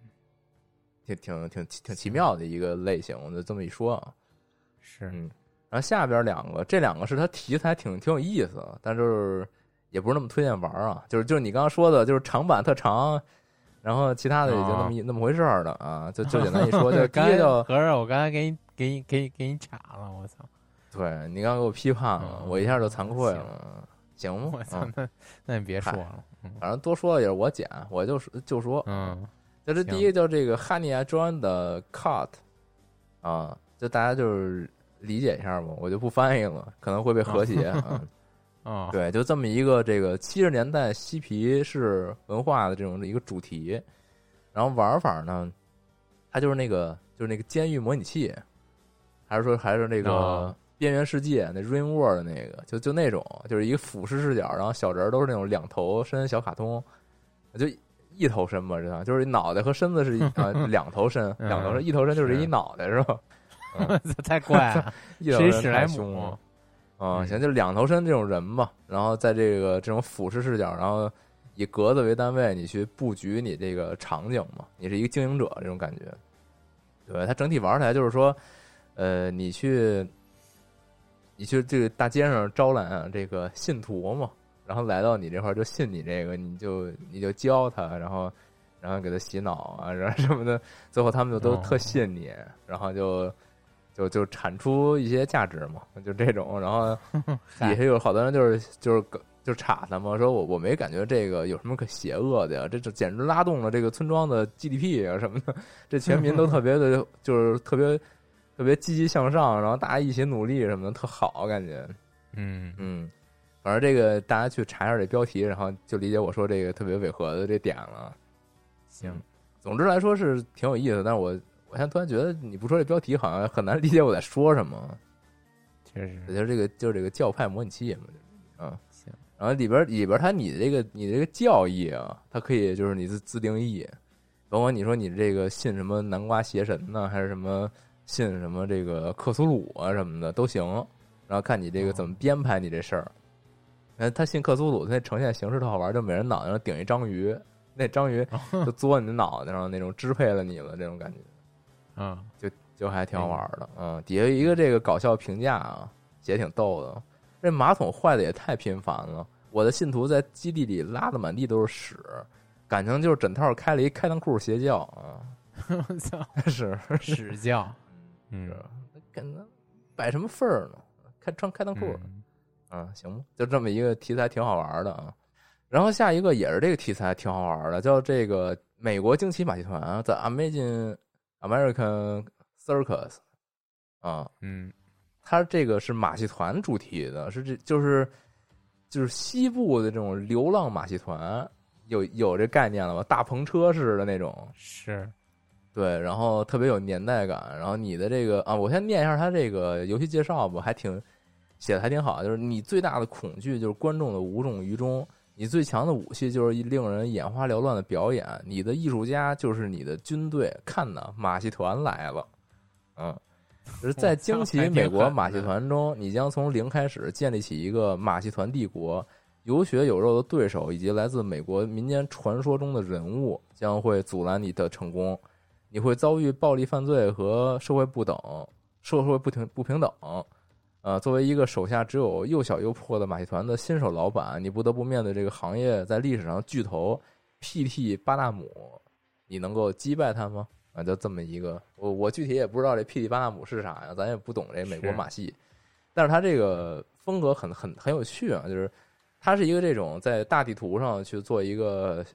[SPEAKER 3] 挺奇妙的一个类型，我就这么一说啊。
[SPEAKER 2] 是，
[SPEAKER 3] 然后下边这两个是它题材挺有意思，但就是也不是那么推荐玩啊。就是你刚刚说的，就是长版特长，然后其他的也就那么回事儿的啊。就简单一说，就第一个叫
[SPEAKER 2] 合着我刚才给你查了，我操！
[SPEAKER 3] 对你刚刚给我批判了，我一下就惭愧了，行吗？
[SPEAKER 2] 我操，那你别说了，
[SPEAKER 3] 反正多说了也是我剪，我就说，这第一个叫这个 Honey I Joined the Cult 啊，就大家就是理解一下吧，我就不翻译了，可能会被和谐啊。对，就这么一个这个70年代嬉皮士文化的这种一个主题，然后玩法呢，它就是那个监狱模拟器，还是那个边缘世界那 Rain World 那个，就那种就是一个俯视视角，然后小人都是那种2头身小卡通，就1头身吧，这就是脑袋和身子是2头身，2头身1头身就是一脑袋是吧？
[SPEAKER 2] 太怪了，谁史莱姆
[SPEAKER 3] 啊？行，就2头身这种人吧，然后在这种俯视视角，然后以格子为单位，你去布局你这个场景嘛，你是一个经营者这种感觉。对，它整体玩起来就是说，你去这个大街上招揽这个信徒嘛，然后来到你这块就信你这个，你就教他，然后给他洗脑啊，然后什么的，最后他们就都特信你，然后就产出一些价值嘛，就这种，然后底下有好多人就插他嘛，说我没感觉这个有什么可邪恶的呀，这简直拉动了这个村庄的 GDP 啊什么的，这全民都特别的，就是特别积极向上，然后大家一起努力什么的，特好感觉。反正这个大家去查一下这标题，然后就理解我说这个特别违和的这点了。
[SPEAKER 2] 行，
[SPEAKER 3] 总之来说是挺有意思，但是我现在突然觉得你不说这标题好像很难理解我在说什么。
[SPEAKER 2] 确实，
[SPEAKER 3] 就是这个教派模拟器嘛，
[SPEAKER 2] 行。
[SPEAKER 3] 然后里边它你的这个教义啊，它可以就是你自定义，包括你说你这个信什么南瓜邪神呢，还是什么信什么这个克苏鲁啊什么的都行，然后看你这个怎么编排你这事儿。他信克苏鲁，他那呈现形式特好玩，就每人脑袋上顶一章鱼，那章鱼就嘬你的脑袋上，那种支配了你了，这种感觉，就还挺好玩的。底下一个这个搞笑评价啊，写挺逗的。这马桶坏的也太频繁了，我的信徒在基地里拉的满地都是屎，感情就是整套开了一开裆裤邪教啊！
[SPEAKER 2] 我操，
[SPEAKER 3] 是
[SPEAKER 2] 屎教，
[SPEAKER 3] 跟摆什么份儿呢？穿开裆裤。行吧，就这么一个题材挺好玩的啊。然后下一个也是这个题材挺好玩的，叫这个美国惊奇马戏团 The Amazing American Circus 啊，它这个是马戏团主题的，是就是西部的这种流浪马戏团，有这概念了吧？大篷车式的那种，
[SPEAKER 2] 是，
[SPEAKER 3] 对，然后特别有年代感。然后你的这个我先念一下它这个游戏介绍吧，写的还挺好，就是你最大的恐惧就是观众的无动于衷，你最强的武器就是令人眼花缭乱的表演，你的艺术家就是你的军队。看呐，马戏团来了，就是在惊奇美国马戏团中，你将从零开始建立起一个马戏团帝国，有血有肉的对手以及来自美国民间传说中的人物将会阻拦你的成功，你会遭遇暴力犯罪和社会不平等。作为一个手下只有又小又破的马戏团的新手老板，你不得不面对这个行业在历史上巨头 PT 巴纳姆，你能够击败他吗？就这么一个，我具体也不知道这 PT 巴纳姆是啥呀，咱也不懂这美国马戏，但是他这个风格很有趣啊，就是他是一个这种在大地图上去做一个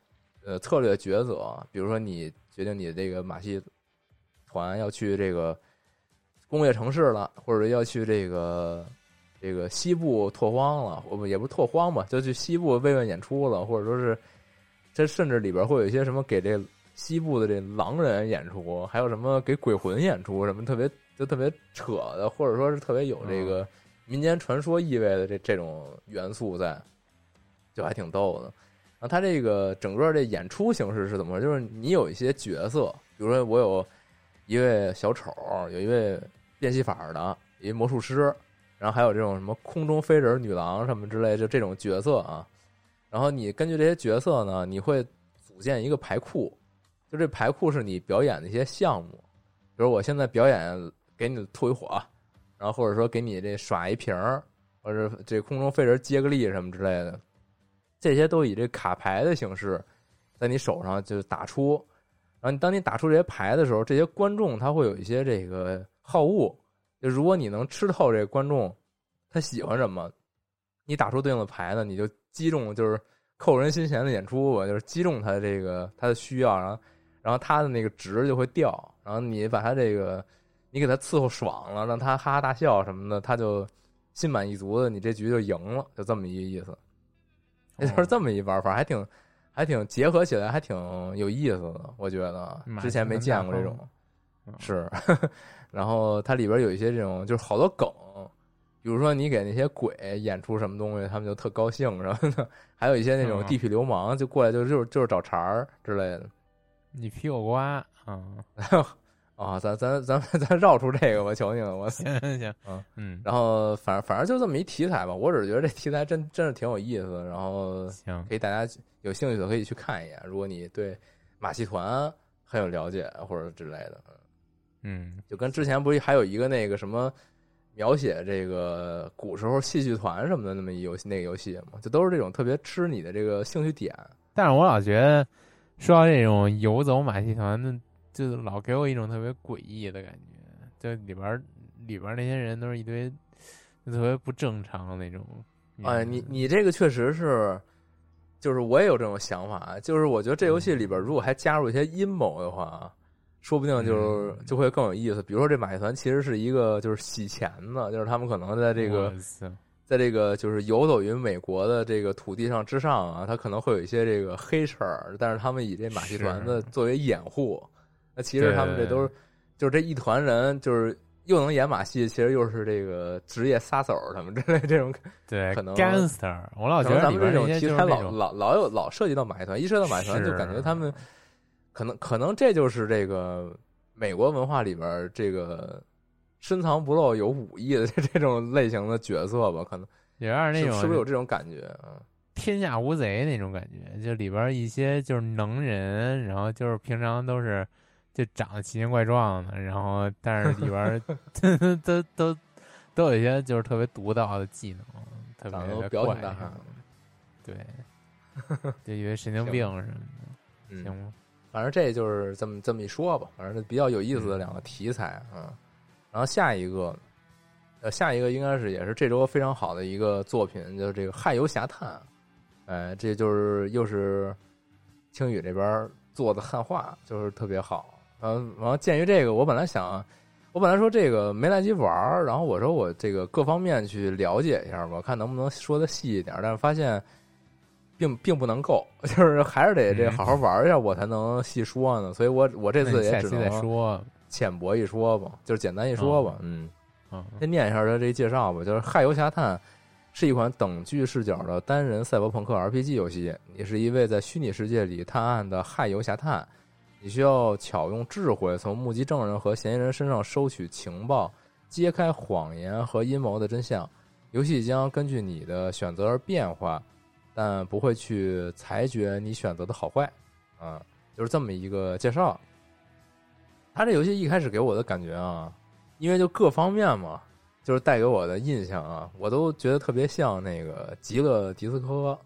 [SPEAKER 3] 策略抉择，比如说你决定你这个马戏团要去这个工业城市了，或者要去这个西部拓荒了，也不是拓荒吧，就去西部慰问演出了，或者说是这甚至里边会有一些什么给这西部的这狼人演出，还有什么给鬼魂演出，什么特别扯的，或者说是特别有这个民间传说意味的这种元素在，就还挺逗的。然后他这个整个这演出形式是怎么回事？就是你有一些角色，比如说我有一位小丑，有一位变戏法的，一魔术师，然后还有这种什么空中飞人女郎什么之类，就这种角色啊。然后你根据这些角色呢，你会组建一个牌库，就这牌库是你表演的一些项目，比如我现在表演给你吐一火，然后或者说给你这耍一瓶儿，或者这空中飞人接个力什么之类的。这些都以这卡牌的形式在你手上就打出，然后当你打出这些牌的时候，这些观众他会有一些这个好恶，就如果你能吃透这个观众他喜欢什么，你打出对应的牌呢，你就击中，就是扣人心弦的演出吧，就是击中他这个他的需要，然后他的那个值就会掉，然后你把他这个你给他伺候爽了，让他哈哈大笑什么的，他就心满意足的，你这局就赢了，就这么一个意思。也就是这么一玩法，还挺结合起来，还挺有意思的。我觉得之前没见过这种，是。然后它里边有一些这种，就是好多梗，比如说你给那些鬼演出什么东西，他们就特高兴什么的。还有一些那种地痞流氓就过来就是找茬儿之类的。
[SPEAKER 2] 你劈我瓜
[SPEAKER 3] 啊，咱绕出这个吧，求你了，我
[SPEAKER 2] 行，
[SPEAKER 3] 然后反正就这么一题材吧，我只是觉得这题材真是挺有意思的，然后可以大家有兴趣的可以去看一眼，如果你对马戏团很有了解或者之类的，就跟之前不是还有一个那个什么描写这个古时候戏剧团什么的那么一游戏，那个游戏嘛，就都是这种特别吃你的这个兴趣点。
[SPEAKER 2] 但是我老觉得说到这种游走马戏团的，就老给我一种特别诡异的感觉，就里边那些人都是一堆就特别不正常的那种。
[SPEAKER 3] 哎，你这个确实是，就是我也有这种想法，就是我觉得这游戏里边如果还加入一些阴谋的话，说不定就会更有意思。比如说这马戏团其实是一个就是洗钱的，就是他们可能在这个就是游走于美国的这个土地上之上啊，他可能会有一些这个黑事儿，但是他们以这马戏团的作为掩护。那其实他们这都是，就是这一团人，就是又能演马戏，其实又是这个职业杀手什么之类这种，
[SPEAKER 2] 对，
[SPEAKER 3] 可能
[SPEAKER 2] gangster。我老觉得
[SPEAKER 3] 咱们这种
[SPEAKER 2] 题
[SPEAKER 3] 材老涉及到马戏团，一涉及到马戏团，就感觉他们可能这就是这个美国文化里边这个深藏不露有武艺的这种类型的角色吧，可能
[SPEAKER 2] 有点那种
[SPEAKER 3] 是不是有这种感觉啊？
[SPEAKER 2] 天下无贼那种感觉，就里边一些就是能人，然后就是平常都是。就长得奇形怪状的，然后但是里边都有一些就是特别独到的技能，特别
[SPEAKER 3] 表挺大汉，
[SPEAKER 2] 对，就以为神经病什么的，行吗？
[SPEAKER 3] 反正这就是这么一说吧，反正比较有意思的两个题材啊。然后下一个应该是也是这周非常好的一个作品，就是这个《汉游侠探》，哎，这就是又是青宇这边做的汉化，就是特别好。然后鉴于这个，我本来说这个没来及玩，然后我说我这个各方面去了解一下吧，看能不能说的细一点，但是发现并不能够，就是还是得这好好玩一下，我才能细说呢。所以我这次也只能
[SPEAKER 2] 说
[SPEAKER 3] 浅薄一说吧，就是简单一说吧。先念一下他这介绍吧，就是《汉游侠探》是一款等距视角的单人赛博朋克 RPG 游戏，你是一位在虚拟世界里探案的汉游侠探。你需要巧用智慧从目击证人和嫌疑人身上收取情报，揭开谎言和阴谋的真相。游戏将根据你的选择而变化，但不会去裁决你选择的好坏。就是这么一个介绍。他这游戏一开始给我的感觉啊，因为就各方面嘛，就是带给我的印象啊，我都觉得特别像那个极乐迪斯科。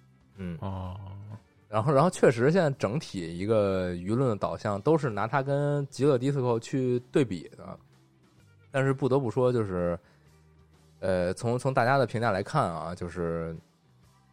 [SPEAKER 3] 然后确实现在整体一个舆论的导向都是拿它跟极乐迪斯科去对比的，但是不得不说，就是从大家的评价来看啊，就是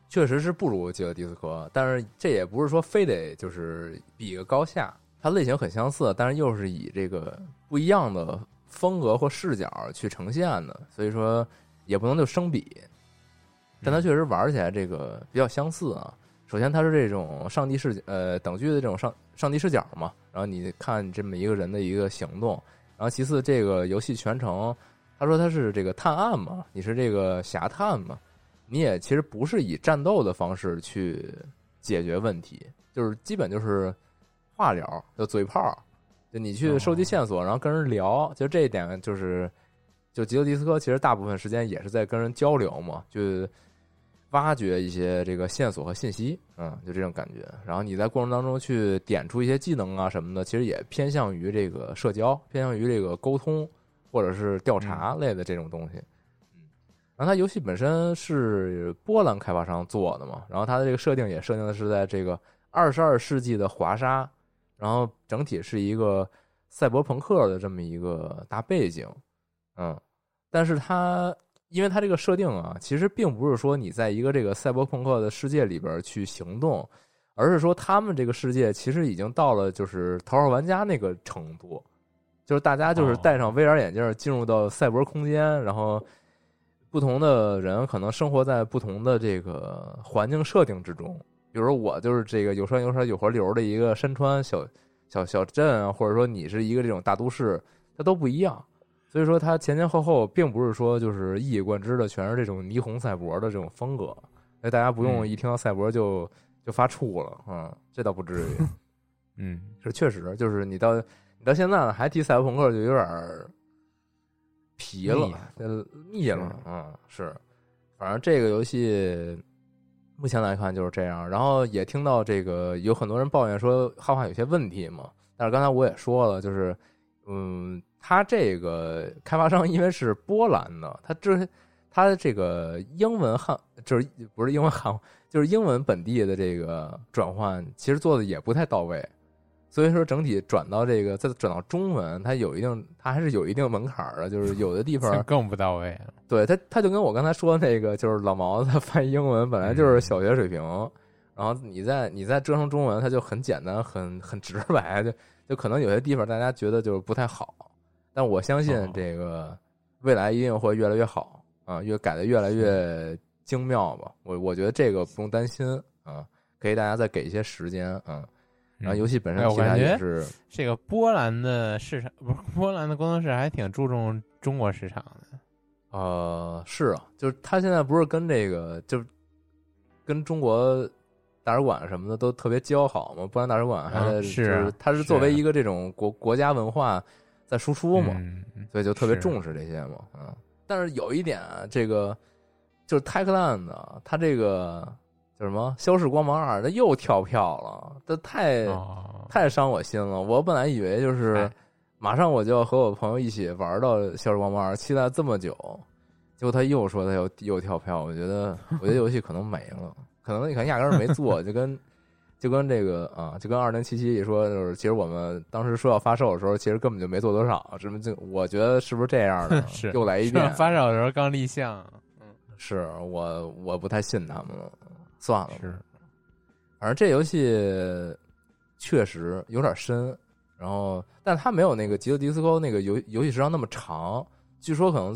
[SPEAKER 3] 确实是不如极乐迪斯科，但是这也不是说非得就是比个高下，它类型很相似，但是又是以这个不一样的风格或视角去呈现的，所以说也不能就生比，但它确实玩起来这个比较相似啊。首先它是这种上帝视角，等距的这种上帝视角嘛，然后你看这么一个人的一个行动，然后其次这个游戏全程，他说他是这个探案嘛，你是这个侠探嘛。你也其实不是以战斗的方式去解决问题，就是基本就是话聊，就嘴炮，就你去收集线索，然后跟人聊，就这一点就极乐迪斯科其实大部分时间也是在跟人交流嘛，就挖掘一些这个线索和信息，就这种感觉。然后你在过程当中去点出一些技能啊什么的，其实也偏向于这个社交，偏向于这个沟通或者是调查类的这种东西。然后它游戏本身是波兰开发商做的嘛，然后它的这个设定也设定的是在这个22世纪的华沙，然后整体是一个赛博朋克的这么一个大背景，但是它因为它这个设定啊，其实并不是说你在一个这个赛博朋克的世界里边去行动，而是说他们这个世界其实已经到了就是头号玩家那个程度，就是大家就是戴上 VR 眼镜进入到赛博空间，然后不同的人可能生活在不同的这个环境设定之中，比如说我就是这个有山有水有河流的一个山川小镇啊，或者说你是一个这种大都市，它都不一样。所以说它前前后后并不是说就是一以贯之的全是这种霓虹赛博的这种风格，所以大家不用一听到赛博就发怵了，这倒不至于。是确实就是你到现在还提赛博朋克就有点疲了，腻了，是，反正这个游戏目前来看就是这样。然后也听到这个有很多人抱怨说汉化有些问题嘛，但是刚才我也说了，就是他这个开发商因为是波兰的，他这个英文就是不是英文汉，就是英文本地的这个转换，其实做的也不太到位。所以说整体转到这个再转到中文，它还是有一定门槛的，就是有的地方
[SPEAKER 2] 更不到位了。
[SPEAKER 3] 对，他就跟我刚才说的那个，就是老毛子翻译英文本来就是小学水平，然后你再折成中文，它就很简单，很直白，就可能有些地方大家觉得就是不太好，但我相信这个未来一定会越来越好啊，改得越来越精妙吧。我觉得这个不用担心啊，可以大家再给一些时间啊。然后游戏本身题材也是
[SPEAKER 2] 这个波兰的市场，不是波兰的工作室还挺注重中国市场的。
[SPEAKER 3] 是啊，就是他现在不是跟这个就跟中国大使馆什么的都特别交好嘛，波兰大使馆还
[SPEAKER 2] 是
[SPEAKER 3] 他是作为一个这种国家文化在输出嘛，所以就特别重视这些嘛，但是有一点这个就是 Techland 他这个叫什么《消逝光芒2》，它又跳票了，这太伤我心了。我本来以为就是马上我就要和我朋友一起玩到《消逝光芒2》，期待这么久，结果他又说他又跳票。我觉得游戏可能没了，可能你看压根儿没做，就跟这个就跟2077一说，就是其实我们当时说要发售的时候，其实根本就没做多少，什么我觉得是不是这样的？
[SPEAKER 2] 是
[SPEAKER 3] 又来一遍。
[SPEAKER 2] 发售的时候刚立项，
[SPEAKER 3] 是我不太信他们了。算了，
[SPEAKER 2] 是，
[SPEAKER 3] 反正这游戏确实有点深，然后，但它没有那个极乐迪斯科那个游戏时长那么长，据说可能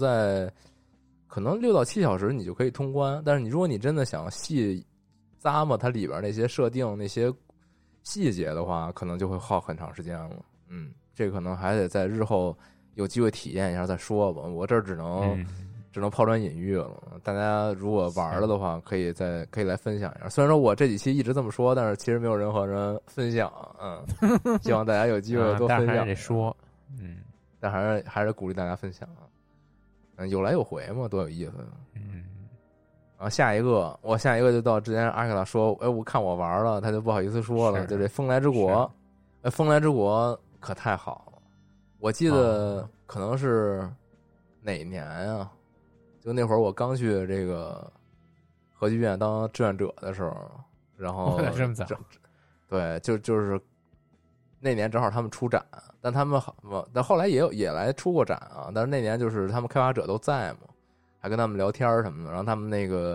[SPEAKER 3] 6到7小时你就可以通关，但是如果你真的想细咂摸它里边那些设定那些细节的话，可能就会耗很长时间了。这可能还得在日后有机会体验一下再说吧，我这儿只能抛砖引玉了。大家如果玩了的话，可以来分享一下。虽然说我这几期一直这么说，但是其实没有任何人分享。希望大家有机会多分享。
[SPEAKER 2] 但还得说，
[SPEAKER 3] 但还是鼓励大家分享。有来有回嘛，多有意思。然后下一个就到之前阿克拉说，我看我玩了，他就不好意思说了，就这风来之国。风来之国可太好了，我记得可能是哪年啊？就那会儿我刚去这个核聚变当志愿者的时候，然后
[SPEAKER 2] 这么早，
[SPEAKER 3] 对，就是那年正好他们出展，但后来也来出过展啊，但是那年就是他们开发者都在嘛，还跟他们聊天什么的，然后他们那个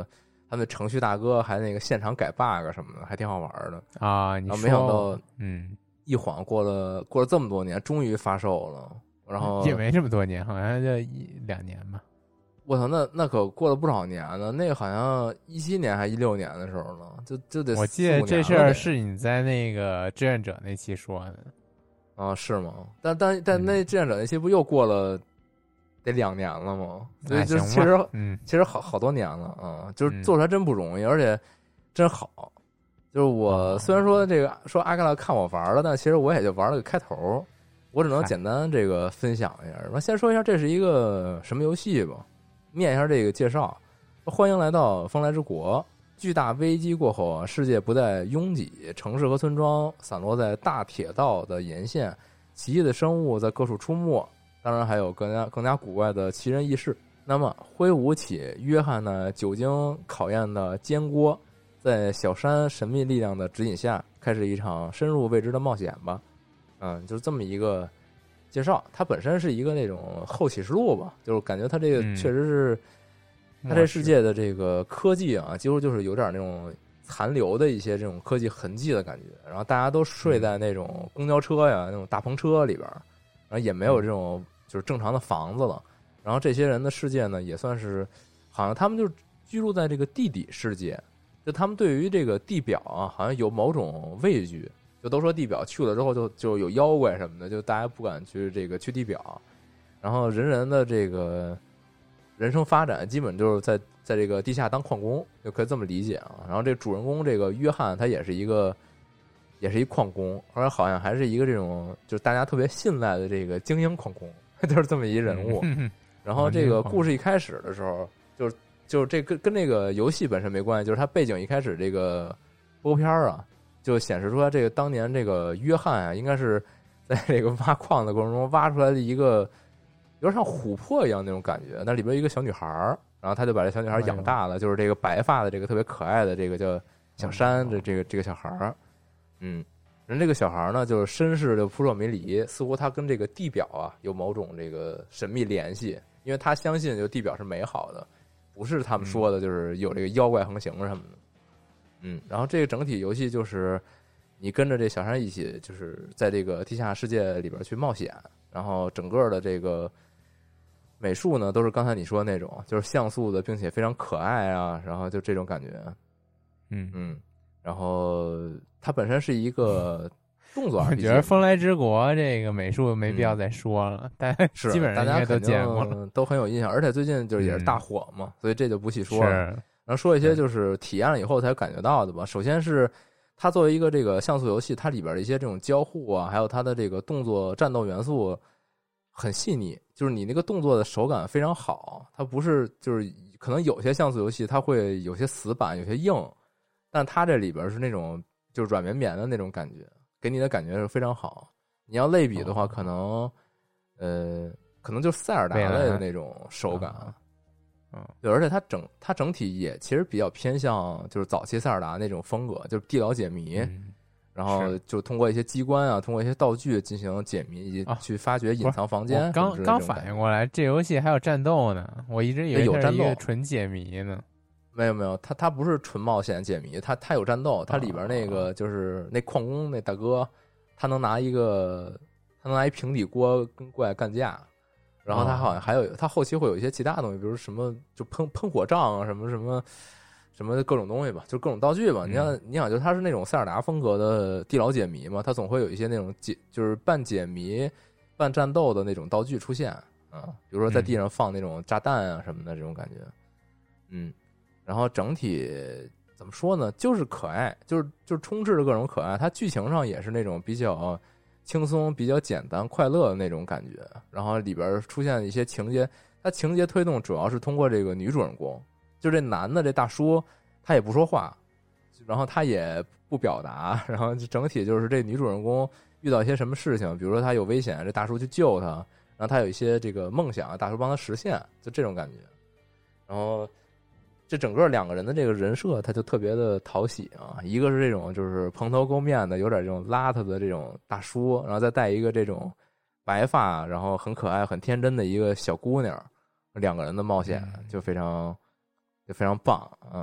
[SPEAKER 3] 他们程序大哥还那个现场改 bug 什么的，还挺好玩的
[SPEAKER 2] 啊。你说
[SPEAKER 3] 没想到，
[SPEAKER 2] 一
[SPEAKER 3] 晃过了这么多年，终于发售了。然后
[SPEAKER 2] 也没这么多年，好像就1-2年吧。
[SPEAKER 3] 我操，那可过了不少年了。那个好像17年还16年的时候呢，就得4-5年了。
[SPEAKER 2] 我记得这事儿是你在那个志愿者那期说的
[SPEAKER 3] 啊？是吗？但那志愿者那期不又过了得2年了吗？所以就其实好多年了啊，就是做出来真不容易，而且真好。就是我虽然说这个说阿盖拉看我玩了，但其实我也就玩了个开头，我只能简单这个分享一下。先说一下这是一个什么游戏吧，念一下这个介绍。欢迎来到风来之国，巨大危机过后，世界不再拥挤，城市和村庄散落在大铁道的沿线，奇异的生物在各处出没，当然还有更加古怪的奇人异事。那么挥舞起约翰的久经考验的煎锅，在小山神秘力量的指引下，开始一场深入未知的冒险吧。就是这么一个介绍。它本身是一个那种后启示录吧，就是感觉它这个确实是它这世界的这个科技啊，几乎就是有点那种残留的一些这种科技痕迹的感觉。然后大家都睡在那种公交车呀、那种大篷车里边，然后也没有这种就是正常的房子了。然后这些人的世界呢，也算是好像他们就居住在这个地底世界，就他们对于这个地表啊，好像有某种畏惧。就都说地表去了之后就有妖怪什么的，就大家不敢去去地表。然后人的这个人生发展基本就是在这个地下当矿工，就可以这么理解啊。然后这主人公这个约翰他也是一矿工，而且好像还是一个这种就是大家特别信赖的这个精英矿工，就是这么一人物。然后这个故事一开始的时候，就是这跟这个游戏本身没关系，就是它背景一开始这个播片啊。就显示出来，这个当年这个约翰啊，应该是在这个挖矿的过程中挖出来的一个有点像琥珀一样那种感觉。那里边一个小女孩，然后他就把这小女孩养大了，就是这个白发的这个特别可爱的这个叫小山的这个小孩。人这个小孩呢，就是身世就扑朔迷离，似乎他跟这个地表啊有某种这个神秘联系，因为他相信就地表是美好的，不是他们说的就是有这个妖怪横行什么的。然后这个整体游戏就是你跟着这小山一起，就是在这个地下世界里边去冒险，然后整个的这个美术呢都是刚才你说的那种，就是像素的，并且非常可爱啊，然后就这种感觉。然后它本身是一个动作 RPG。
[SPEAKER 2] 我觉得风来之国这个美术没必要再说了，但基本上应该都见过了，
[SPEAKER 3] 都很有印象，而且最近就是也是大火嘛，所以这就不细说了。然后说一些就是体验了以后才感觉到的吧。首先是它作为一个这个像素游戏，它里边的一些这种交互啊，还有它的这个动作战斗元素很细腻，就是你那个动作的手感非常好。它不是就是可能有些像素游戏它会有些死板有些硬，但它这里边是那种就是软绵绵的那种感觉，给你的感觉是非常好。你要类比的话，可能就塞尔达类的那种手感。对，而且它整体也其实比较偏向就是早期塞尔达那种风格，就是地牢解谜，然后就通过一些机关啊，通过一些道具进行解谜，以及去发掘隐藏房间。
[SPEAKER 2] 刚反应过来，这游戏还有战斗呢，我一直以为有战斗纯解谜呢。
[SPEAKER 3] 没有，它不是纯冒险解谜，它有战斗，它里边那个就是那矿工那大哥，他能拿一平底锅跟怪干架。然后他好像还有，他后期会有一些其他东西，比如什么就喷火杖啊，什么各种东西吧，就各种道具吧。你想，就他是那种塞尔达风格的地牢解谜嘛，他总会有一些那种就是半解谜、半战斗的那种道具出现啊，比如说在地上放那种炸弹啊什么的这种感觉。然后整体怎么说呢，就是可爱，就是充斥着各种可爱。它剧情上也是那种比较轻松、比较简单、快乐的那种感觉，然后里边出现一些情节，它情节推动主要是通过这个女主人公，就这男的这大叔，他也不说话，然后他也不表达，然后整体就是这女主人公遇到一些什么事情，比如说他有危险，这大叔去救他，然后他有一些这个梦想，大叔帮他实现，就这种感觉。然后这整个两个人的这个人设，他就特别的讨喜啊！一个是这种就是蓬头垢面的，有点这种邋遢的这种大叔，然后再带一个这种白发，然后很可爱、很天真的一个小姑娘，两个人的冒险就非常棒啊！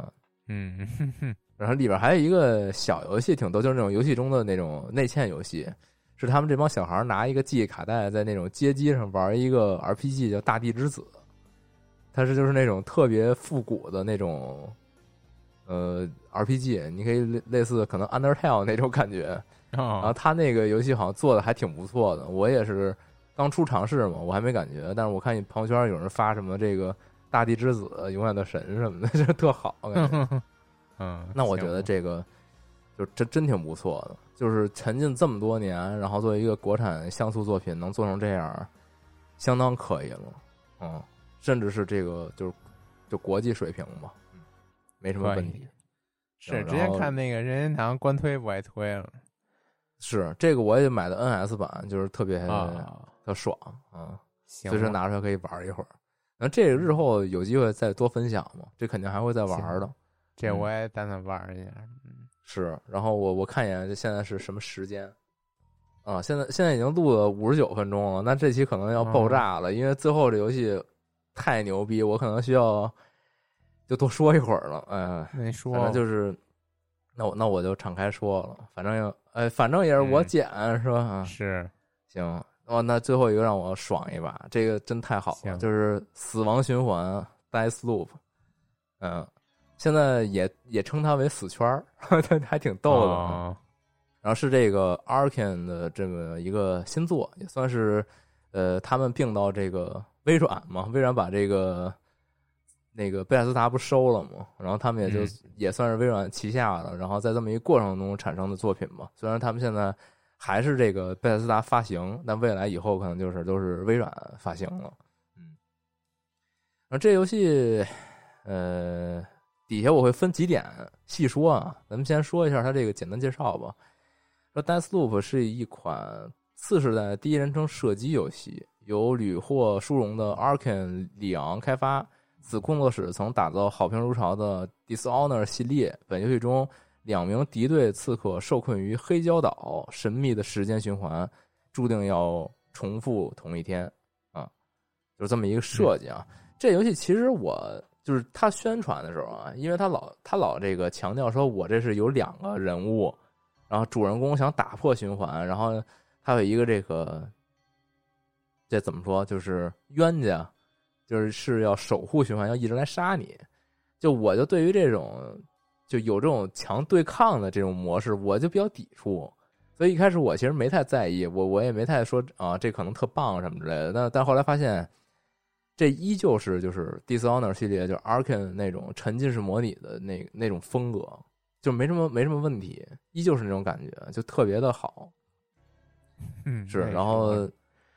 [SPEAKER 3] 然后里边还有一个小游戏挺逗，就是那种游戏中的那种内嵌游戏，是他们这帮小孩拿一个记忆卡带在那种街机上玩一个 RPG 叫《大地之子》，它是就是那种特别复古的那种RPG， 你可以类似可能 Undertale 那种感觉。然后他那个游戏好像做的还挺不错的，我也是刚出尝试嘛，我还没感觉，但是我看你朋友圈有人发什么这个大地之子、永远的神什么的，就特好感觉。那我觉得这个就真挺不错的，就是沉浸这么多年，然后作为一个国产像素作品能做成这样，相当可以了。甚至是这个就国际水平吧，没什么问题。
[SPEAKER 2] 是之前看那个任天堂官推不爱推了。
[SPEAKER 3] 是这个我也买的 NS 版，就是特别特爽啊，随时拿出来可以玩一会儿。然后这个日后有机会再多分享嘛，这肯定还会再玩的。
[SPEAKER 2] 这我也打算玩一下。
[SPEAKER 3] 是，然后我看一眼，这现在是什么时间啊？现在已经录了59分钟了，那这期可能要爆炸了，因为最后这游戏太牛逼，我可能需要就多说一会儿了。
[SPEAKER 2] 没说，
[SPEAKER 3] 反正就是那我就敞开说了，反正也是我剪是吧？
[SPEAKER 2] 是，
[SPEAKER 3] 行。那最后一个让我爽一把，这个真太好了，就是死亡循环 Death Loop。现在也称它为死圈儿，还挺逗的。然后是这个 Arkane 的这么一个新作，也算是他们并到这个微软嘛，微软把这个那个贝塞斯达不收了嘛，然后他们也算是微软旗下的，然后在这么一个过程中产生的作品嘛。虽然他们现在还是这个贝塞斯达发行，但未来以后可能都是微软发行了。然后这游戏底下我会分几点细说啊，咱们先说一下它这个简单介绍吧。说 Deathloop 是一款次世代第一人称射击游戏，由屡获殊荣的 Arkane 里昂开发。此工作室曾打造好评如潮的 Dishonor 系列。本游戏中2名敌对刺客受困于黑礁岛神秘的时间循环，注定要重复同一天啊，就是这么一个设计啊。这游戏其实我就是他宣传的时候啊，因为他老这个强调说我这是有2个人物，然后主人公想打破循环，然后他有一个这怎么说，就是冤家，就是要守护循环，要一直来杀你。我就对于这种就有这种强对抗的这种模式，我就比较抵触。所以一开始我其实没太在意，我也没太说啊这可能特棒什么之类的。但后来发现，这依旧是就是 Dishonor 系列，就是 Arkane 那种沉浸式模拟的那种风格，就没什么问题，依旧是那种感觉，就特别的好。是，然后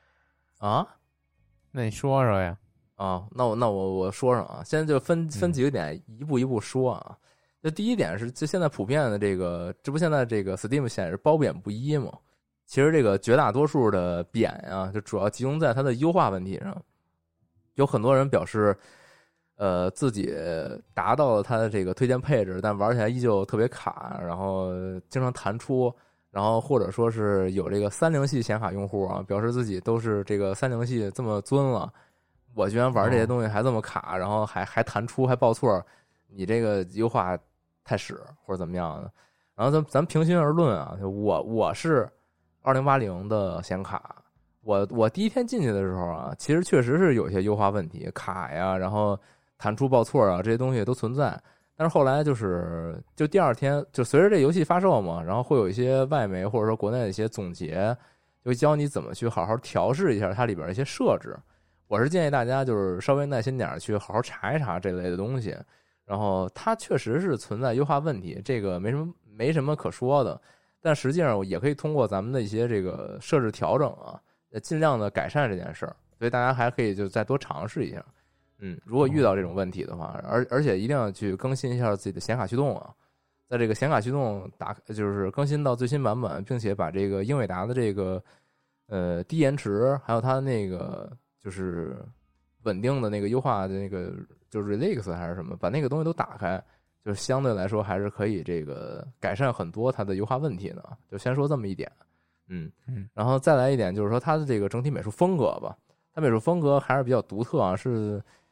[SPEAKER 2] 那你说说呀？
[SPEAKER 3] 那我说说啊，现在就分几个点，一步一步说啊。就第一点是，就现在普遍的这不现在这个 Steam 显示褒贬不一嘛？其实这个绝大多数的贬啊，就主要集中在它的优化问题上。有很多人表示，自己达到了它的这个推荐配置，但玩起来依旧特别卡，然后经常弹出，然后或者说是有这个30系显卡用户啊，表示自己都是这个30系这么尊了，我居然玩这些东西还这么卡，然后还弹出还报错，你这个优化太屎或者怎么样的。然后咱平心而论啊，我是2080的显卡。我第一天进去的时候啊，其实确实是有些优化问题，卡呀，然后弹出报错啊，这些东西都存在。但是后来就第2天，就随着这游戏发售嘛，然后会有一些外媒或者说国内的一些总结，就教你怎么去好好调试一下它里边的一些设置。我是建议大家就是稍微耐心点去好好查一查这类的东西。然后它确实是存在优化问题，这个没什么可说的。但实际上也可以通过咱们的一些这个设置调整啊，尽量的改善这件事儿，所以大家还可以就再多尝试一下。如果遇到这种问题的话，而且一定要去更新一下自己的显卡驱动啊，在这个显卡驱动就是更新到最新版本，并且把这个英伟达的这个低延迟，还有它那个就是稳定的那个优化的那个就是 Relix 还是什么，把那个东西都打开，就是相对来说还是可以这个改善很多它的优化问题的。就先说这么一点。然后再来一点就是说它的这个整体美术风格吧，它美术风格还是比较独特啊，是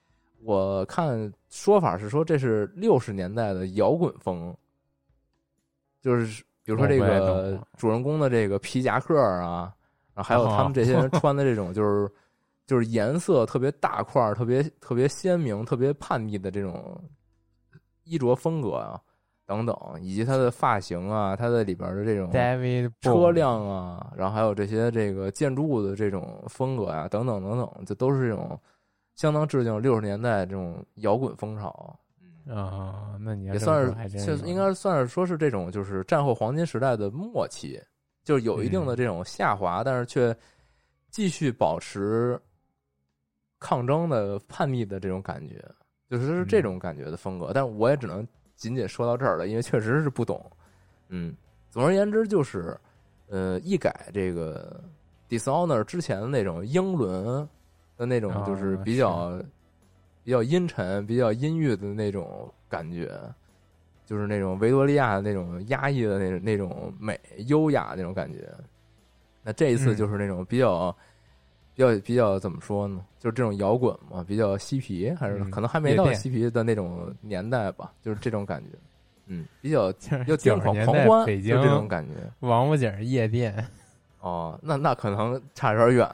[SPEAKER 3] 我看说法是说这是60年代的摇滚风，就是比如说这个主人公的这个皮夹克啊，然后还有他们这些人穿的这种就是颜色特别大块、特别鲜明、特别叛逆的这种衣着风格啊等等，以及他的发型啊，他的里边的这种车辆啊，然后还有这些这个建筑物的这种风格啊等等等等，这都是这种相当致敬60年代这种摇滚风潮。
[SPEAKER 2] 那你
[SPEAKER 3] 也算是应该算是说是这种就是战后黄金时代的末期，就是有一定的这种下滑，但是却继续保持抗争的叛逆的这种感觉，就是这种感觉的风格。但是我也只能仅仅说到这儿了，因为确实是不懂。总而言之就是一改这个 Dishonor 之前的那种英伦的那种就是比较阴沉、比较阴郁的那种感觉，就是那种维多利亚的那种压抑的那种美、优雅那种感觉。那这一次就是那种比较怎么说呢？就是这种摇滚嘛，比较嬉皮，还是可能还没到嬉皮的那种年代吧，就是这种感觉。比较癫狂狂欢，
[SPEAKER 2] 北京
[SPEAKER 3] 就这种感觉。
[SPEAKER 2] 王府井夜店。
[SPEAKER 3] 那可能差有点远，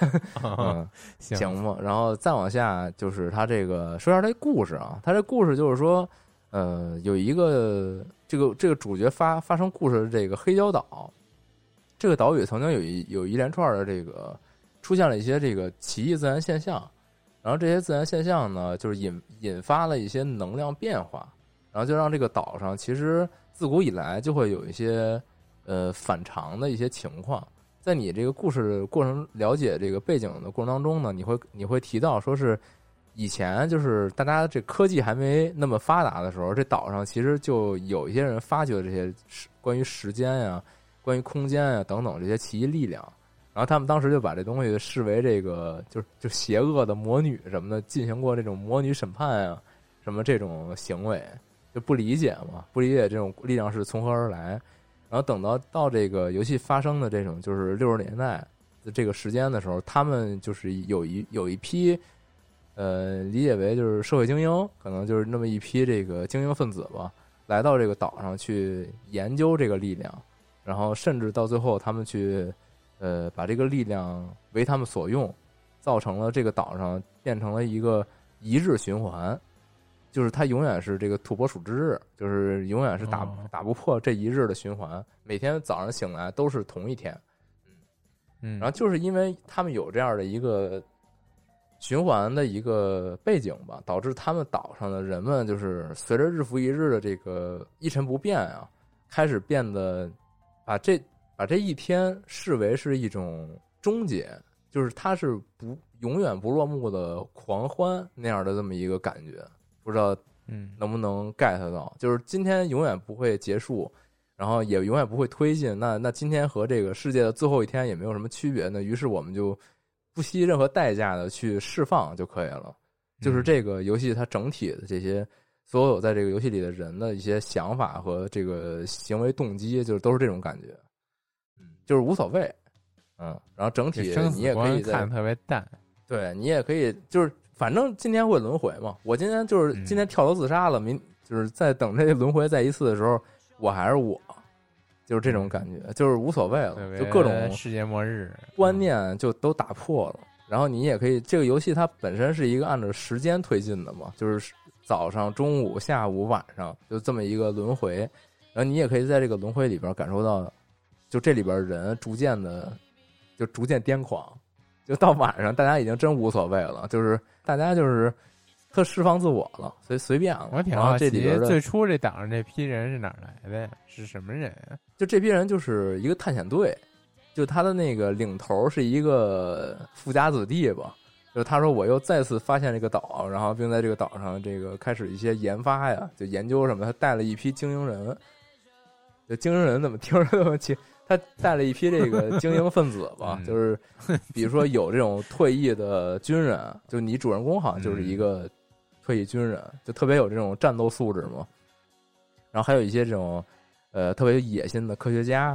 [SPEAKER 3] 行吧。然后再往下就是他这个说一下这故事啊，他这故事就是说，有一个这个主角发生故事的这个黑礁岛，这个岛屿曾经有一连串的这个出现了一些这个奇异自然现象，然后这些自然现象呢，就是引发了一些能量变化，然后就让这个岛上其实自古以来就会有一些反常的一些情况。在你这个故事过程了解这个背景的过程当中呢，你会提到说是以前就是大家这科技还没那么发达的时候，这岛上其实就有一些人发掘了这些关于时间呀、关于空间呀等等这些奇异力量，然后他们当时就把这东西视为这个就邪恶的魔女什么的，进行过这种魔女审判呀什么这种行为，就不理解这种力量是从何而来。然后等到这个游戏发生的这种就是60年代的这个时间的时候，他们就是有一批理解为就是社会精英，可能就是那么一批这个精英分子吧，来到这个岛上去研究这个力量，然后甚至到最后他们去把这个力量为他们所用，造成了这个岛上变成了一个一日循环。就是它永远是这个土拨鼠之日，就是永远是打不破这一日的循环，每天早上醒来都是同一天。然后就是因为他们有这样的一个循环的一个背景吧，导致他们岛上的人们就是随着日复一日的这个一成不变啊，开始变得把这一天视为是一种终结，就是它是永远不落幕的狂欢那样的这么一个感觉。不知道能不能 get 到，就是今天永远不会结束，然后也永远不会推进，那今天和这个世界的最后一天也没有什么区别呢，于是我们就不惜任何代价的去释放就可以了。就是这个游戏它整体的这些所有在这个游戏里的人的一些想法和这个行为动机，就是都是这种感觉，就是无所谓，然后整体你也可以
[SPEAKER 2] 看特别淡，
[SPEAKER 3] 对你也可以就是反正今天会轮回嘛，我今天跳楼自杀了，就是在等这轮回再一次的时候，我还是我，就是这种感觉，就是无所谓了，就各种
[SPEAKER 2] 世界末日
[SPEAKER 3] 观念就都打破了。然后你也可以，这个游戏它本身是一个按照时间推进的嘛，就是早上、中午、下午、晚上，就这么一个轮回。然后你也可以在这个轮回里边感受到，就这里边人逐渐癫狂。就到晚上，大家已经真无所谓了，就是大家就是特释放自我了，所以随便了。
[SPEAKER 2] 我挺好奇，最初这岛上这批人是哪儿来的呀？是什么人啊？
[SPEAKER 3] 就这批人就是一个探险队，就他的那个领头是一个富家子弟吧。就是他说我又再次发现这个岛，然后并在这个岛上这个开始一些研发呀，就研究什么。他带了一批精英人，就精英人怎么听着那么奇？他带了一批这个精英分子吧，就是比如说有这种退役的军人，就你主人公好像就是一个退役军人，就特别有这种战斗素质嘛。然后还有一些这种特别有野心的科学家，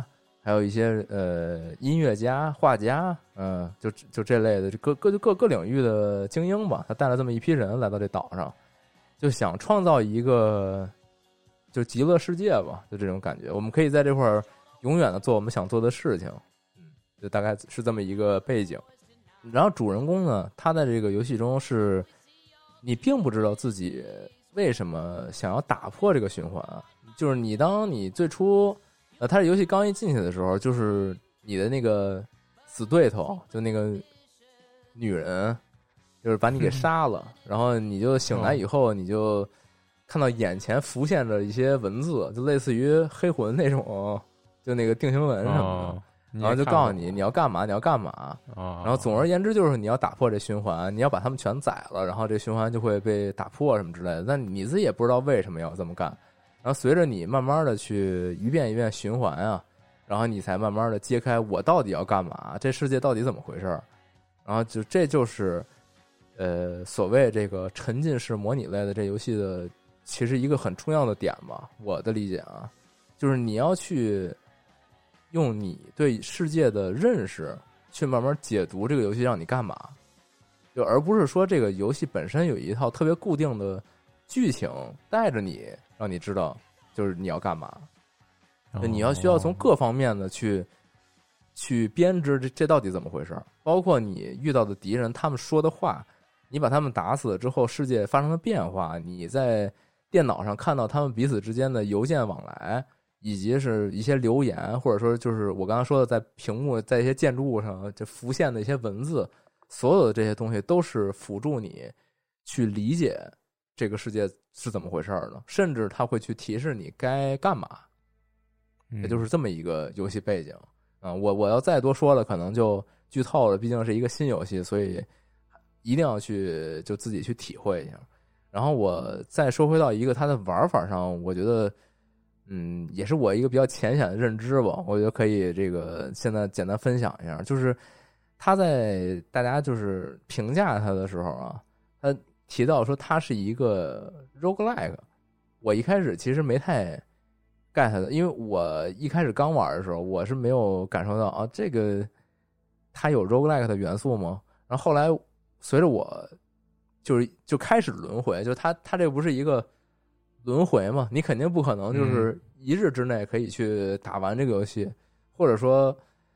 [SPEAKER 3] 还有一些音乐家、画家，就这类的各领域的精英吧。他带了这么一批人来到这岛上，就想创造一个就极乐世界吧，就这种感觉。我们可以在这块儿永远的做我们想做的事情，就大概是这么一个背景。然后主人公呢，他在这个游戏中是，你并不知道自己为什么想要打破这个循环，就是当你最初。他这游戏刚一进去的时候，就是你的那个死对头，就那个女人，就是把你给杀了，然后你就醒来以后，你就看到眼前浮现着一些文字，就类似于黑魂那种，就那个定型文什么的，然后就告诉你要干嘛，你要干嘛。然后总而言之就是你要打破这循环，你要把他们全宰了，然后这循环就会被打破什么之类的。但你自己也不知道为什么要这么干。然后随着你慢慢的去一遍一遍循环啊，然后你才慢慢的揭开我到底要干嘛，这世界到底怎么回事儿。然后这就是所谓这个沉浸式模拟类的这游戏的其实一个很重要的点吧，我的理解啊，就是你要去用你对世界的认识去慢慢解读这个游戏让你干嘛，就而不是说这个游戏本身有一套特别固定的剧情带着你让你知道就是你要干嘛，你要需要从各方面的去编织这到底怎么回事，包括你遇到的敌人他们说的话，你把他们打死了之后世界发生了变化，你在电脑上看到他们彼此之间的邮件往来，以及是一些留言，或者说就是我刚刚说的在屏幕在一些建筑物上就浮现的一些文字，所有的这些东西都是辅助你去理解这个世界是怎么回事的，甚至它会去提示你该干嘛，也就是这么一个游戏背景啊。我要再多说了可能就剧透了，毕竟是一个新游戏，所以一定要去就自己去体会一下。然后我再说回到一个它的玩法上，我觉得也是我一个比较浅显的认知吧，我觉得可以这个现在简单分享一下。就是他在大家就是评价他的时候啊，他提到说它是一个 roguelike， 我一开始其实没太 get 的，因为我一开始刚玩的时候我是没有感受到啊这个它有 roguelike 的元素吗？然后后来随着我就开始轮回，就它这不是一个轮回嘛，你肯定不可能就是一日之内可以去打完这个游戏，或者说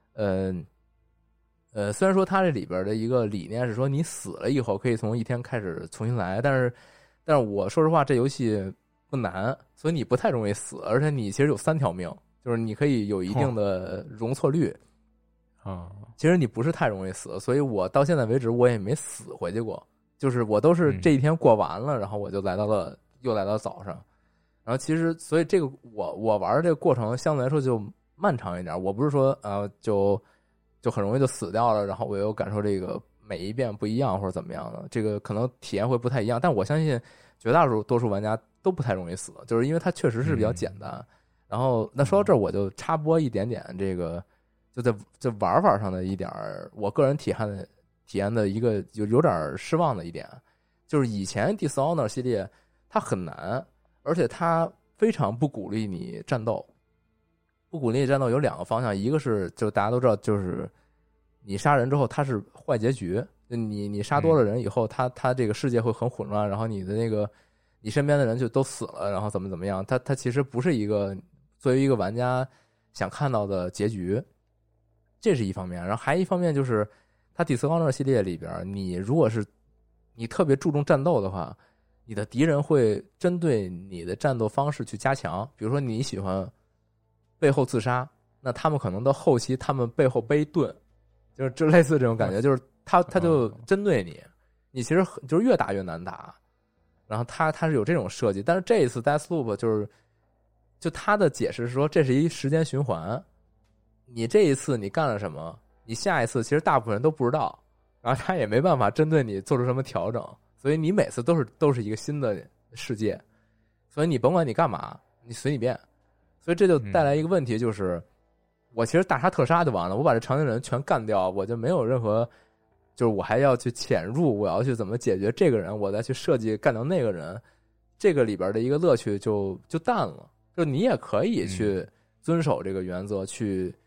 [SPEAKER 3] 虽然说它这里边的一个理念是说你死了以后可以从一天开始重新来，但是我说实话这游戏不难，所以你不太容易死，而且你其实有3条命，就是你可以有一定的容错率其实你不是太容易死，所以我到现在为止我也没死回去过，就是我都是这一天过完了，然后我就又来到早上，然后其实所以这个我玩的这个过程相对来说就漫长一点，我不是说就很容易就死掉了，然后我又感受这个每一遍不一样或者怎么样的，这个可能体验会不太一样，但我相信绝大多数玩家都不太容易死，就是因为它确实是比较简单。然后那说到这儿我就插播一点点这个就在这玩法上的一点我个人体验的一个有点失望的一点，就是以前 Dishonor 系列它很难，而且它非常不鼓励你战斗。不鼓励战斗有2个方向，一个是就大家都知道，就是你杀人之后它是坏结局，你杀多了人以后，它这个世界会很混乱，然后你的那个你身边的人就都死了，然后怎么样，它其实不是一个作为一个玩家想看到的结局，这是一方面。然后还一方面就是它Dishonor系列里边，你如果是你特别注重战斗的话，你的敌人会针对你的战斗方式去加强，比如说你喜欢背后自杀，那他们可能到后期他们背后背盾，就类似这种感觉，就是他就针对你其实就是越打越难打，然后他是有这种设计。但是这一次 Deathloop 就他的解释是说这是一时间循环，你这一次你干了什么，你下一次其实大部分人都不知道，然后他也没办法针对你做出什么调整，所以你每次都是一个新的世界，所以你甭管你干嘛你随你便。所以这就带来一个问题，就是我其实大杀特杀就完了，我把这常情人全干掉，我就没有任何就是我还要去潜入，我要去怎么解决这个人，我再去设计干掉那个人，这个里边的一个乐趣就淡了。就你也可以去遵守这个原则，去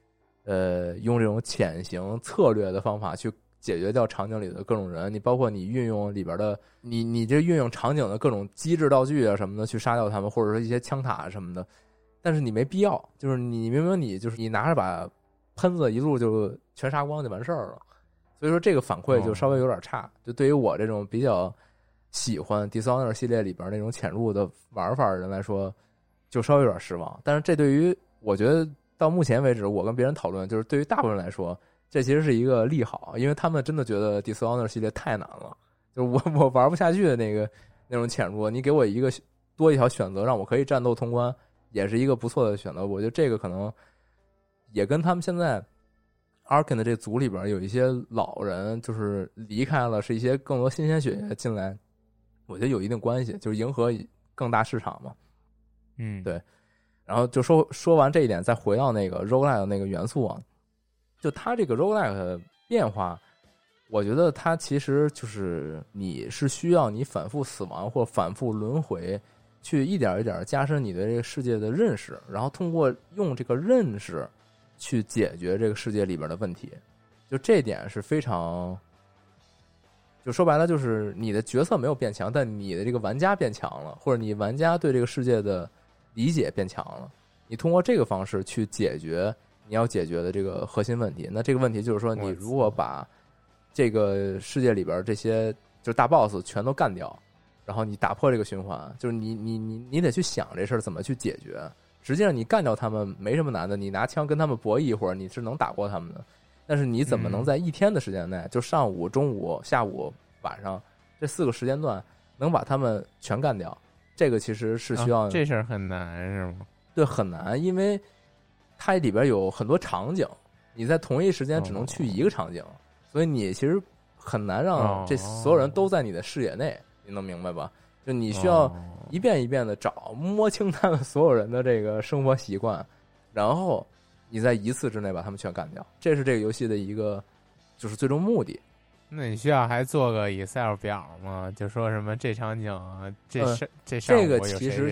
[SPEAKER 3] 用这种潜行策略的方法去解决掉场景里的各种人，你包括你运用里边的你这运用场景的各种机制道具啊什么的去杀掉他们，或者说一些枪塔什么的，但是你没必要，就是你明明你就是你拿着把喷子一路就全杀光就完事儿了，所以说这个反馈就稍微有点差，就对于我这种比较喜欢 Dishonor 系列里边那种潜入的玩法的人来说，就稍微有点失望。但是这对于我觉得到目前为止，我跟别人讨论，就是对于大部分人来说，这其实是一个利好，因为他们真的觉得 Dishonor 系列太难了，就是我玩不下去的那种潜入，你给我多一条选择，让我可以战斗通关，也是一个不错的选择。我觉得这个可能也跟他们现在 Arkane 的这组里边有一些老人就是离开了，是一些更多新鲜血液进来，我觉得有一定关系，就是迎合更大市场嘛。对。然后就说完这一点，再回到那个 roguelike 那个元素啊，就它这个 roguelike 变化，我觉得它其实就是你是需要你反复死亡或反复轮回，去一点一点加深你对这个世界的认识，然后通过用这个认识去解决这个世界里边的问题。就这点是非常，就说白了就是你的角色没有变强，但你的这个玩家变强了，或者你玩家对这个世界的理解变强了，你通过这个方式去解决你要解决的这个核心问题。那这个问题就是说，你如果把这个世界里边这些就是大 boss 全都干掉，然后你打破这个循环，就是你得去想这事儿怎么去解决。实际上你干掉他们没什么难的，你拿枪跟他们博弈一会儿，你是能打过他们的。但是你怎么能在一天的时间内，就上午、中午、下午、晚上这4个时间段能把他们全干掉？这个其实是需要，
[SPEAKER 2] 这事儿很难是吗？
[SPEAKER 3] 对，很难，因为它里边有很多场景，你在同一时间只能去一个场景，所以你其实很难让这所有人都在你的视野内，你能明白吧？就你需要一遍一遍的摸清他们所有人的这个生活习惯，然后你在一次之内把他们全干掉，这是这个游戏的一个就是最终目的。
[SPEAKER 2] 那你需要还做个 Excel 表吗？就说什么这场景这
[SPEAKER 3] 个其实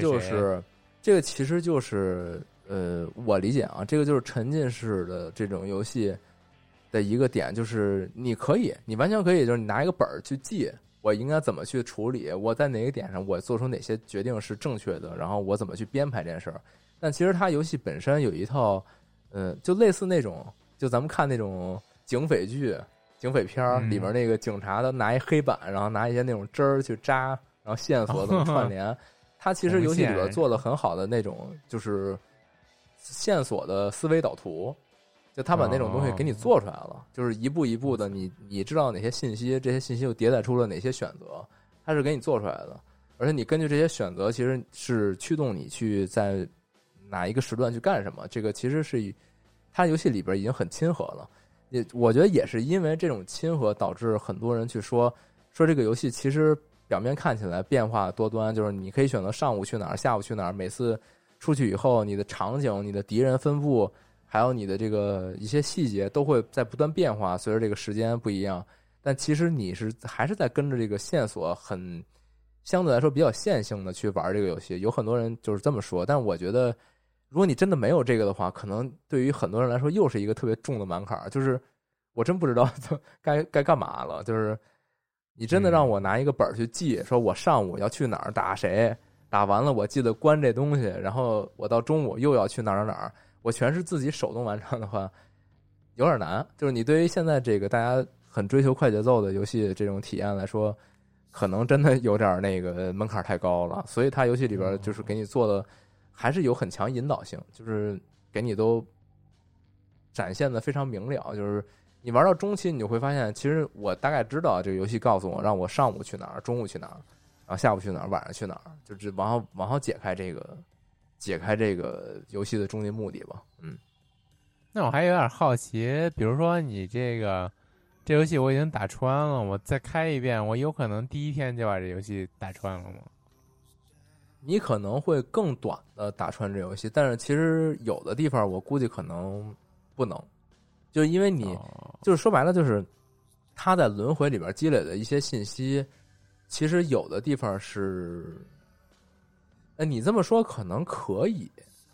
[SPEAKER 3] 就是我理解啊，这个就是沉浸式的这种游戏的一个点，就是你完全可以，就是你拿一个本儿去记我应该怎么去处理，我在哪个点上我做出哪些决定是正确的，然后我怎么去编排这件事儿。但其实它游戏本身有一套就类似那种就咱们看那种警匪剧警匪片里面那个警察的拿一黑板，然后拿一些那种针儿去扎，然后线索怎么串联。它其实游戏里边做了很好的那种就是线索的思维导图，就他把那种东西给你做出来了，就是一步一步的你知道哪些信息，这些信息又迭代出了哪些选择，它是给你做出来的。而且你根据这些选择其实是驱动你去在哪一个时段去干什么，这个其实是它游戏里边已经很亲和了。我觉得也是因为这种亲和导致很多人去说这个游戏其实表面看起来变化多端，就是你可以选择上午去哪儿下午去哪儿，每次出去以后你的场景你的敌人分布还有你的这个一些细节都会在不断变化，随着这个时间不一样，但其实你还是在跟着这个线索很相对来说比较线性的去玩这个游戏。有很多人就是这么说，但我觉得如果你真的没有这个的话，可能对于很多人来说又是一个特别重的门槛，就是我真不知道该干嘛了。就是你真的让我拿一个本儿去记，说我上午要去哪儿打谁，打完了我记得关这东西，然后我到中午又要去哪儿，我全是自己手动完成的话，有点难。就是你对于现在这个大家很追求快节奏的游戏这种体验来说，可能真的有点那个门槛太高了。所以它游戏里边就是给你做的还是有很强引导性，就是给你都展现的非常明了。就是你玩到中期你就会发现，其实我大概知道这个游戏告诉我让我上午去哪儿，中午去哪儿，然后下午去哪儿，晚上去哪儿，就是往后解开这个游戏的终极目的吧。
[SPEAKER 2] 那我还有点好奇，比如说你这游戏我已经打穿了，我再开一遍，我有可能第一天就把这游戏打穿了吗？
[SPEAKER 3] 你可能会更短的打穿这游戏，但是其实有的地方我估计可能不能，就是因为你就是说白了，就是他在轮回里边积累的一些信息，其实有的地方是，你这么说可能可以，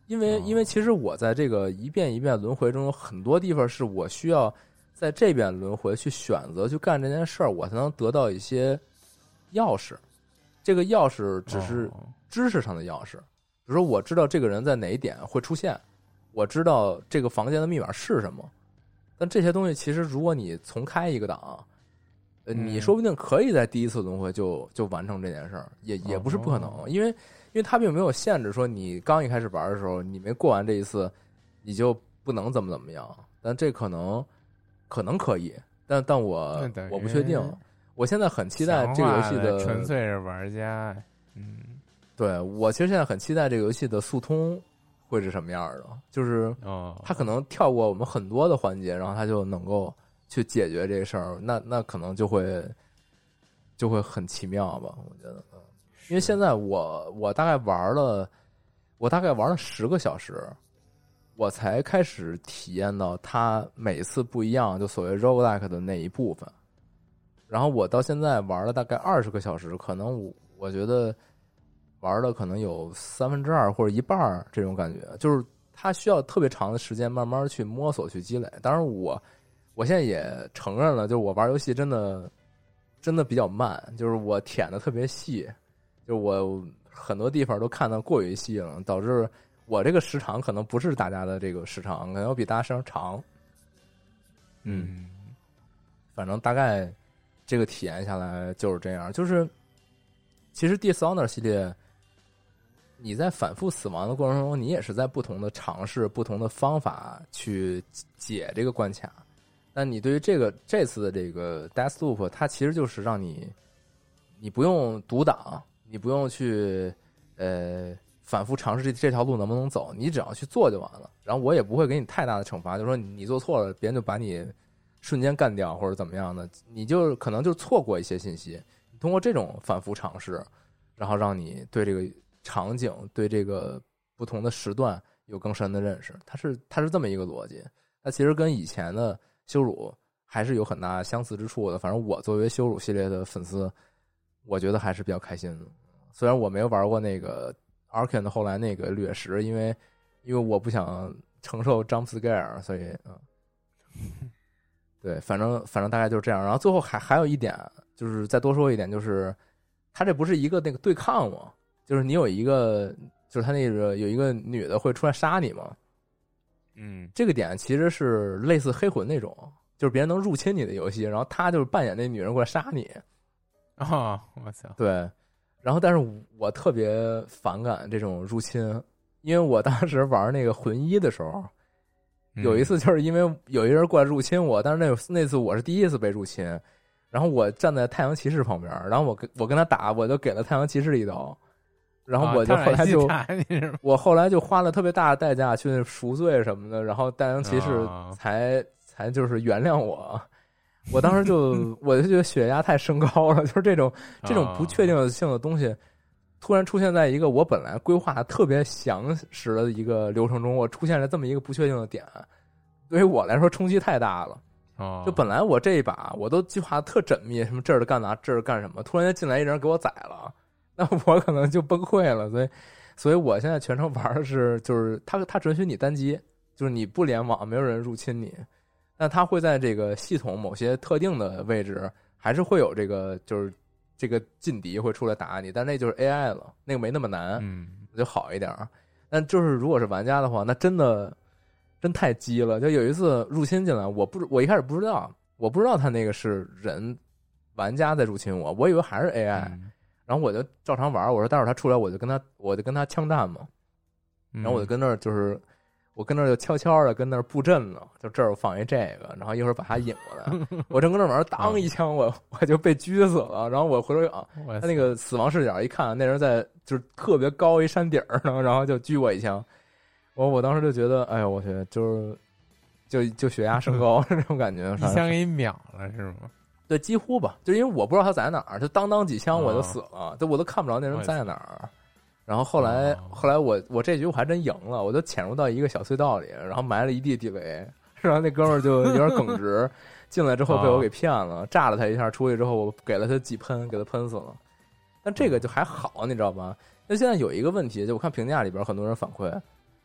[SPEAKER 3] 因为其实我在这个一遍一遍轮回中，有很多地方是我需要在这边轮回去选择去干这件事儿，我才能得到一些钥匙。这个钥匙只是知识上的钥匙，比如说我知道这个人在哪一点会出现，我知道这个房间的密码是什么。但这些东西其实如果你重开一个档，你说不定可以在第一次轮回就完成这件事儿，也不是不可能，因为它并没有限制说你刚一开始玩的时候你没过完这一次你就不能怎么样，但这可能可以，但我不确定。我现在很期待这个游戏的
[SPEAKER 2] 纯粹是玩家，
[SPEAKER 3] 对，我其实现在很期待这个游戏的速通会是什么样的，就是它可能跳过我们很多的环节，然后它就能够去解决这事儿，那可能就会很奇妙吧，我觉得。因为现在我大概玩了10个小时，我才开始体验到它每次不一样，就所谓 roguelike 的那一部分。然后我到现在玩了大概20个小时，可能我觉得玩了可能有2/3或者一半这种感觉，就是它需要特别长的时间慢慢去摸索去积累。当然我现在也承认了，就是我玩游戏真的比较慢，就是我舔的特别细，就是我很多地方都看得过于细了，导致我这个时长可能不是大家的这个时长，可能要比大家时长长。反正大概这个体验下来就是这样。就是其实 Dishonor 系列你在反复死亡的过程中，你也是在不同的尝试不同的方法去解这个关卡。但你对于这次的这个 Deathloop， 它其实就是让你不用读档，你不用去反复尝试这条路能不能走，你只要去做就完了。然后我也不会给你太大的惩罚，就是说你做错了，别人就把你瞬间干掉或者怎么样的，你就可能就错过一些信息。你通过这种反复尝试，然后让你对这个场景对这个不同的时段有更深的认识，它是这么一个逻辑。它其实跟以前的羞辱还是有很大相似之处的。反正我作为羞辱系列的粉丝，我觉得还是比较开心的。虽然我没有玩过那个 Arcane 后来那个掠食，因为我不想承受 jump scare， 所以对，反正大概就是这样。然后最后还有一点，就是再多说一点，就是它这不是一个那个对抗吗？就是你有一个，就是他那个有一个女的会出来杀你嘛。这个点其实是类似黑魂那种，就是别人能入侵你的游戏，然后他就是扮演那女人过来杀你。
[SPEAKER 2] 我操！对，
[SPEAKER 3] 然后但是我特别反感这种入侵，因为我当时玩那个魂1的时候，有一次就是因为有一人过来入侵我，但是那次我是第一次被入侵，然后我站在太阳骑士旁边，然后我跟他打，我就给了太阳骑士一刀。然后我就后来就花了特别大的代价去赎罪什么的，然后太阳骑士才就是原谅我。我当时我就觉得血压太升高了，就是这种不确定性的东西突然出现在一个我本来规划特别详实的一个流程中，我出现了这么一个不确定的点，对于我来说冲击太大了。就本来我这一把我都计划特缜密，什么这儿干嘛这儿干什么，突然间进来一人给我宰了，那我可能就崩溃了。所以我现在全程玩的是，就是它准许你单机，就是你不联网，没有人入侵你，但它会在这个系统某些特定的位置还是会有这个，就是这个劲敌会出来打你，但那就是 AI 了，那个没那么难，就好一点。但就是如果是玩家的话，那真太鸡了。就有一次入侵进来，我一开始不知道，我不知道他那个是人玩家在入侵我以为还是 AI。然后我就照常玩，我说待会儿他出来我就跟他枪战嘛。然后我就跟那儿就悄悄的跟那儿布阵呢，就这儿放一这个，然后一会儿把他引过来。我正跟那玩，当一枪我就被狙死了。然后我回头他那个死亡视角一看，那人在就是特别高一山顶上，然后就狙我一枪。我当时就觉得，哎呦我去，就血压升高这种感觉，
[SPEAKER 2] 一枪给你秒了是吗？
[SPEAKER 3] 对，几乎吧，就因为我不知道他在哪儿，就当几枪我就死了，我都看不着那人在哪儿。然后后来我这局我还真赢了，我就潜入到一个小隧道里，然后埋了一地地雷，然后那哥们儿就有点耿直，进来之后被我给骗了，炸了他一下，出去之后我给了他几喷，给他喷死了。但这个就还好，你知道吧？那现在有一个问题，就我看评价里边很多人反馈，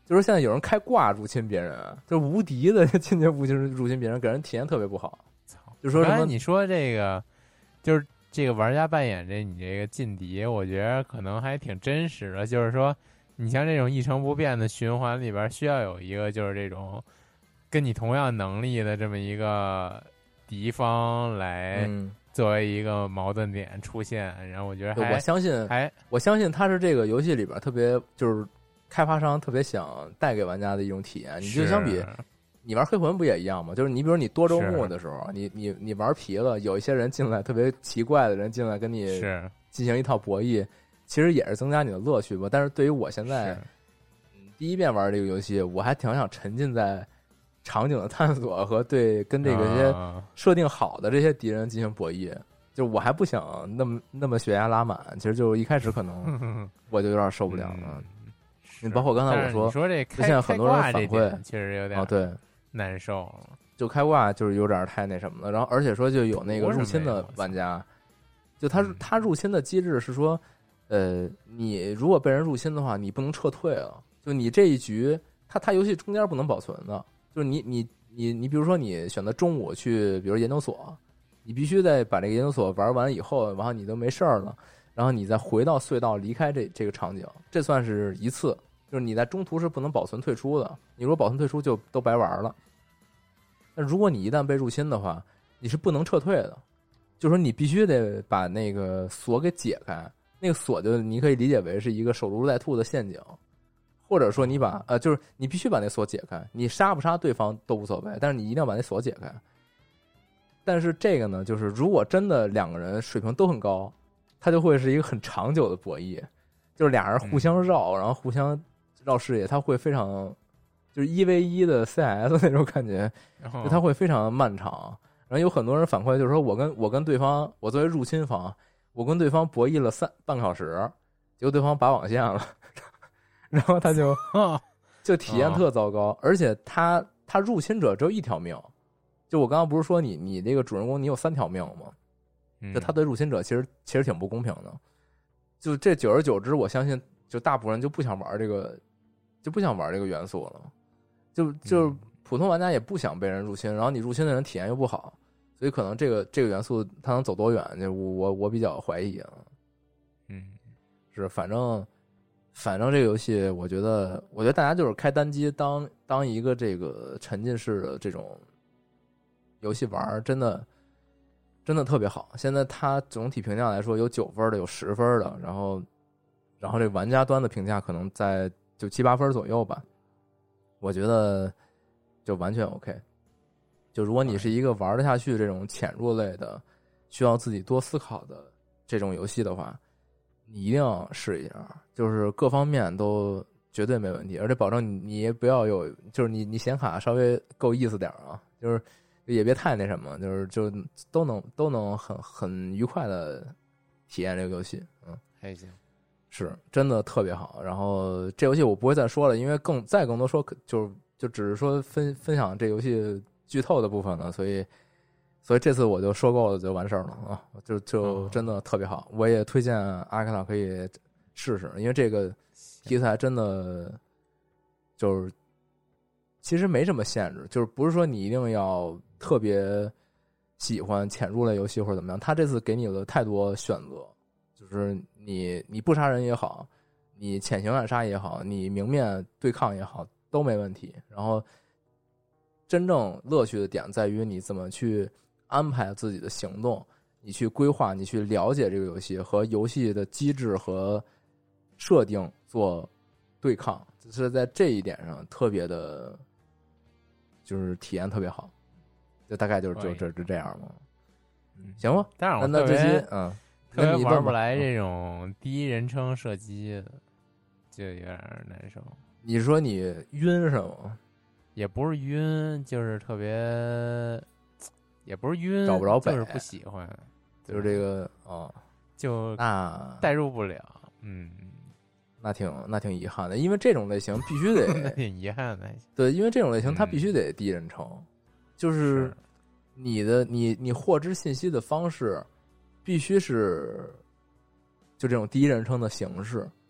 [SPEAKER 3] 就是现在有人开挂入侵别人，就是无敌的进去入侵别人，给人体验特别不好。就说什么？
[SPEAKER 2] 你说这个就是这个玩家扮演你这个劲敌，我觉得可能还挺真实的。就是说，你像这种一成不变的循环里边，需要有一个就是这种跟你同样能力的这么一个敌方来作为一个矛盾点出现。然后我觉得
[SPEAKER 3] 我相信他是这个游戏里边特别就是开发商特别想带给玩家的一种体验。你就相比。你玩黑魂不也一样吗？就是你比如你多周目的时候，你玩皮了，有一些人进来特别奇怪的人进来跟你进行一套博弈，其实也是增加你的乐趣吧。但是对于我现在第一遍玩这个游戏，我还挺想沉浸在场景的探索和跟这个些设定好的这些敌人进行博弈。就我还不想那么血压拉满，其实就一开始可能我就有点受不了了。你包括刚才我
[SPEAKER 2] 说这
[SPEAKER 3] 现在很多人反馈
[SPEAKER 2] 其实有点
[SPEAKER 3] 对。
[SPEAKER 2] 难受，
[SPEAKER 3] 就开挂就是有点太那什么了。然后而且说就有那个入侵的玩家，就他入侵的机制是说，你如果被人入侵的话，你不能撤退了。就你这一局，他游戏中间不能保存的。就是你比如说你选择中午去，比如研究所，你必须得把这个研究所玩完以后，然后你都没事了，然后你再回到隧道离开这个场景，这算是一次。就是你在中途是不能保存退出的，你如果保存退出就都白玩了。但如果你一旦被入侵的话，你是不能撤退的，就是说你必须得把那个锁给解开。那个锁就你可以理解为是一个守株待兔的陷阱，或者说你就是你必须把那锁解开，你杀不杀对方都无所谓，但是你一定要把那锁解开。但是这个呢，就是如果真的两个人水平都很高，它就会是一个很长久的博弈，就是俩人互相绕，然后互相绕视野，它会非常就是1v1的 CS 那种感觉，就它会非常漫长。然后有很多人反馈就是说我跟对方，我作为入侵方，我跟对方博弈了半个小时，结果对方拔网线了，然后他就体验特糟糕。而且他入侵者只有1条命，就我刚刚不是说你这个主人公你有3条命吗？就他对入侵者其实挺不公平的。就这久而久之，我相信就大部分人就不想玩这个元素了。就普通玩家也不想被人入侵，然后你入侵的人体验又不好，所以可能这个元素它能走多远，就我比较怀疑啊。是反正这个游戏，我觉得大家就是开单机当一个这个沉浸式的这种游戏玩，真的特别好。现在它总体评价来说有9分的，有10分的，然后这玩家端的评价可能在就7、8分左右吧。我觉得就完全 OK。就如果你是一个玩得下去这种潜入类的，需要自己多思考的这种游戏的话，你一定要试一下，就是各方面都绝对没问题，而且保证你也不要有，就是你显卡稍微够意思点啊，就是也别太那什么，就都能很愉快的体验这个游戏。
[SPEAKER 2] 还行。
[SPEAKER 3] 是真的特别好。然后这游戏我不会再说了，因为更多说就只是说分享这游戏剧透的部分了，所以这次我就说够了就完事儿了啊！就真的特别好，我也推荐阿卡塔可以试试，因为这个题材真的就是其实没什么限制，就是不是说你一定要特别喜欢潜入类游戏或者怎么样，他这次给你了太多选择，就是你不杀人也好，你潜行暗杀也好，你明面对抗也好，都没问题。然后真正乐趣的点在于你怎么去安排自己的行动，你去规划，你去了解这个游戏和游戏的机制和设定做对抗，就是在这一点上特别的，就是体验特别好。就大概就这样嘛。行吧，
[SPEAKER 2] 但是我
[SPEAKER 3] 那这期
[SPEAKER 2] 特别玩不来这种第一人称射击的，就有点难受。
[SPEAKER 3] 你说你晕是吗？
[SPEAKER 2] 也不是晕，就是特别，也不是晕，
[SPEAKER 3] 找不着北，
[SPEAKER 2] 就是不喜欢，
[SPEAKER 3] 就是这个
[SPEAKER 2] 就代入不了。
[SPEAKER 3] 那挺遗憾的，因为这种类型必须得
[SPEAKER 2] 那挺遗憾的。
[SPEAKER 3] 对，因为这种类型它必须得第一人称，就是你获知信息的方式必须是就这种第一人称的形式，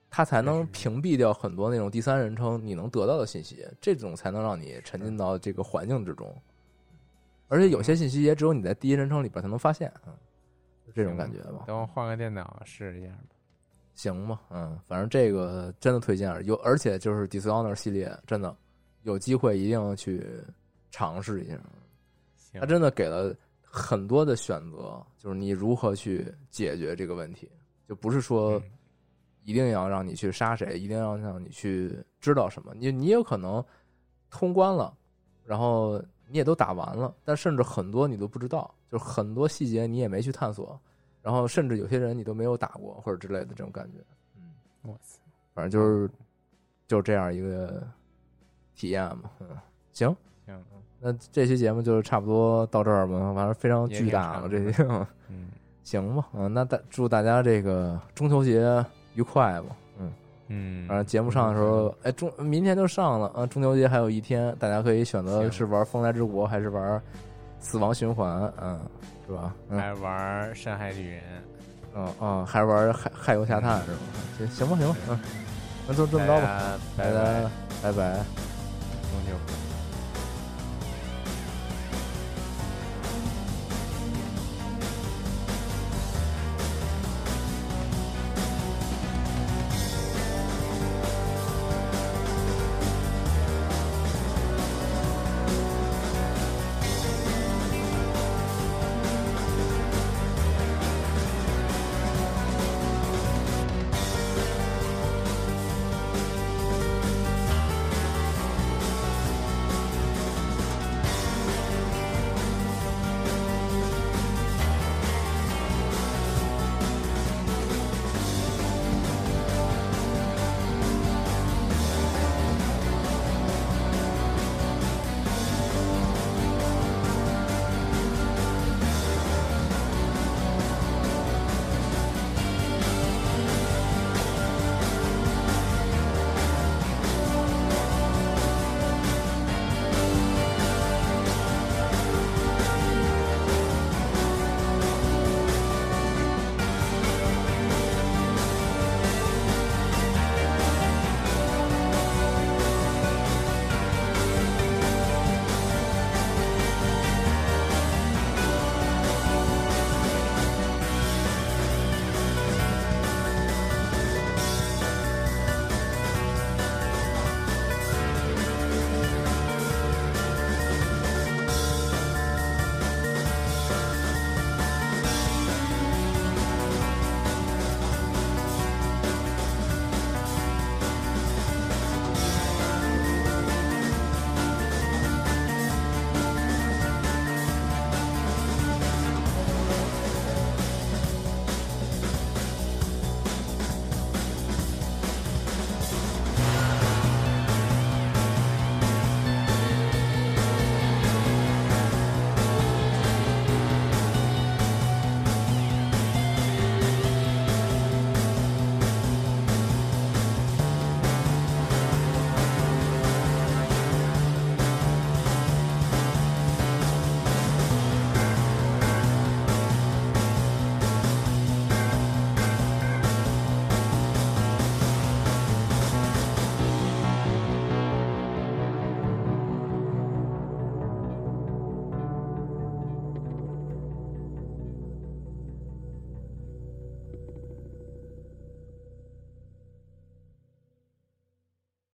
[SPEAKER 3] 它才能屏蔽掉很多那种第三人称你能得到的信息，这种才能让你沉浸到这个环境之中。而且有些信息也只有你在第一人称里边才能发现，就这种感觉吧。
[SPEAKER 2] 等我换个电脑试一下吧。
[SPEAKER 3] 行吧，反正这个真的推荐，而且就是 Dishonored 系列真的有机会一定要去尝试一下。它真的给了很多的选择，就是你如何去解决这个问题，就不是说一定要让你去杀谁，一定要让你去知道什么。你有可能通关了，然后你也都打完了，但甚至很多你都不知道，就是很多细节你也没去探索，然后甚至有些人你都没有打过或者之类的这种感觉。
[SPEAKER 2] 我操，
[SPEAKER 3] 反正就是这样一个体验嘛。行，那这期节目就差不多到这儿吧，反正非常巨大了这些。行吧，那祝大家这个中秋节愉快吧。反正节目上的时候，明天就上了啊，中秋节还有一天，大家可以选择是玩风来之国还是玩死亡循环，是吧？
[SPEAKER 2] 还玩山海旅人，
[SPEAKER 3] 还玩害油下探是吧？行吧，那就这么着吧，大家拜拜，
[SPEAKER 2] 中秋。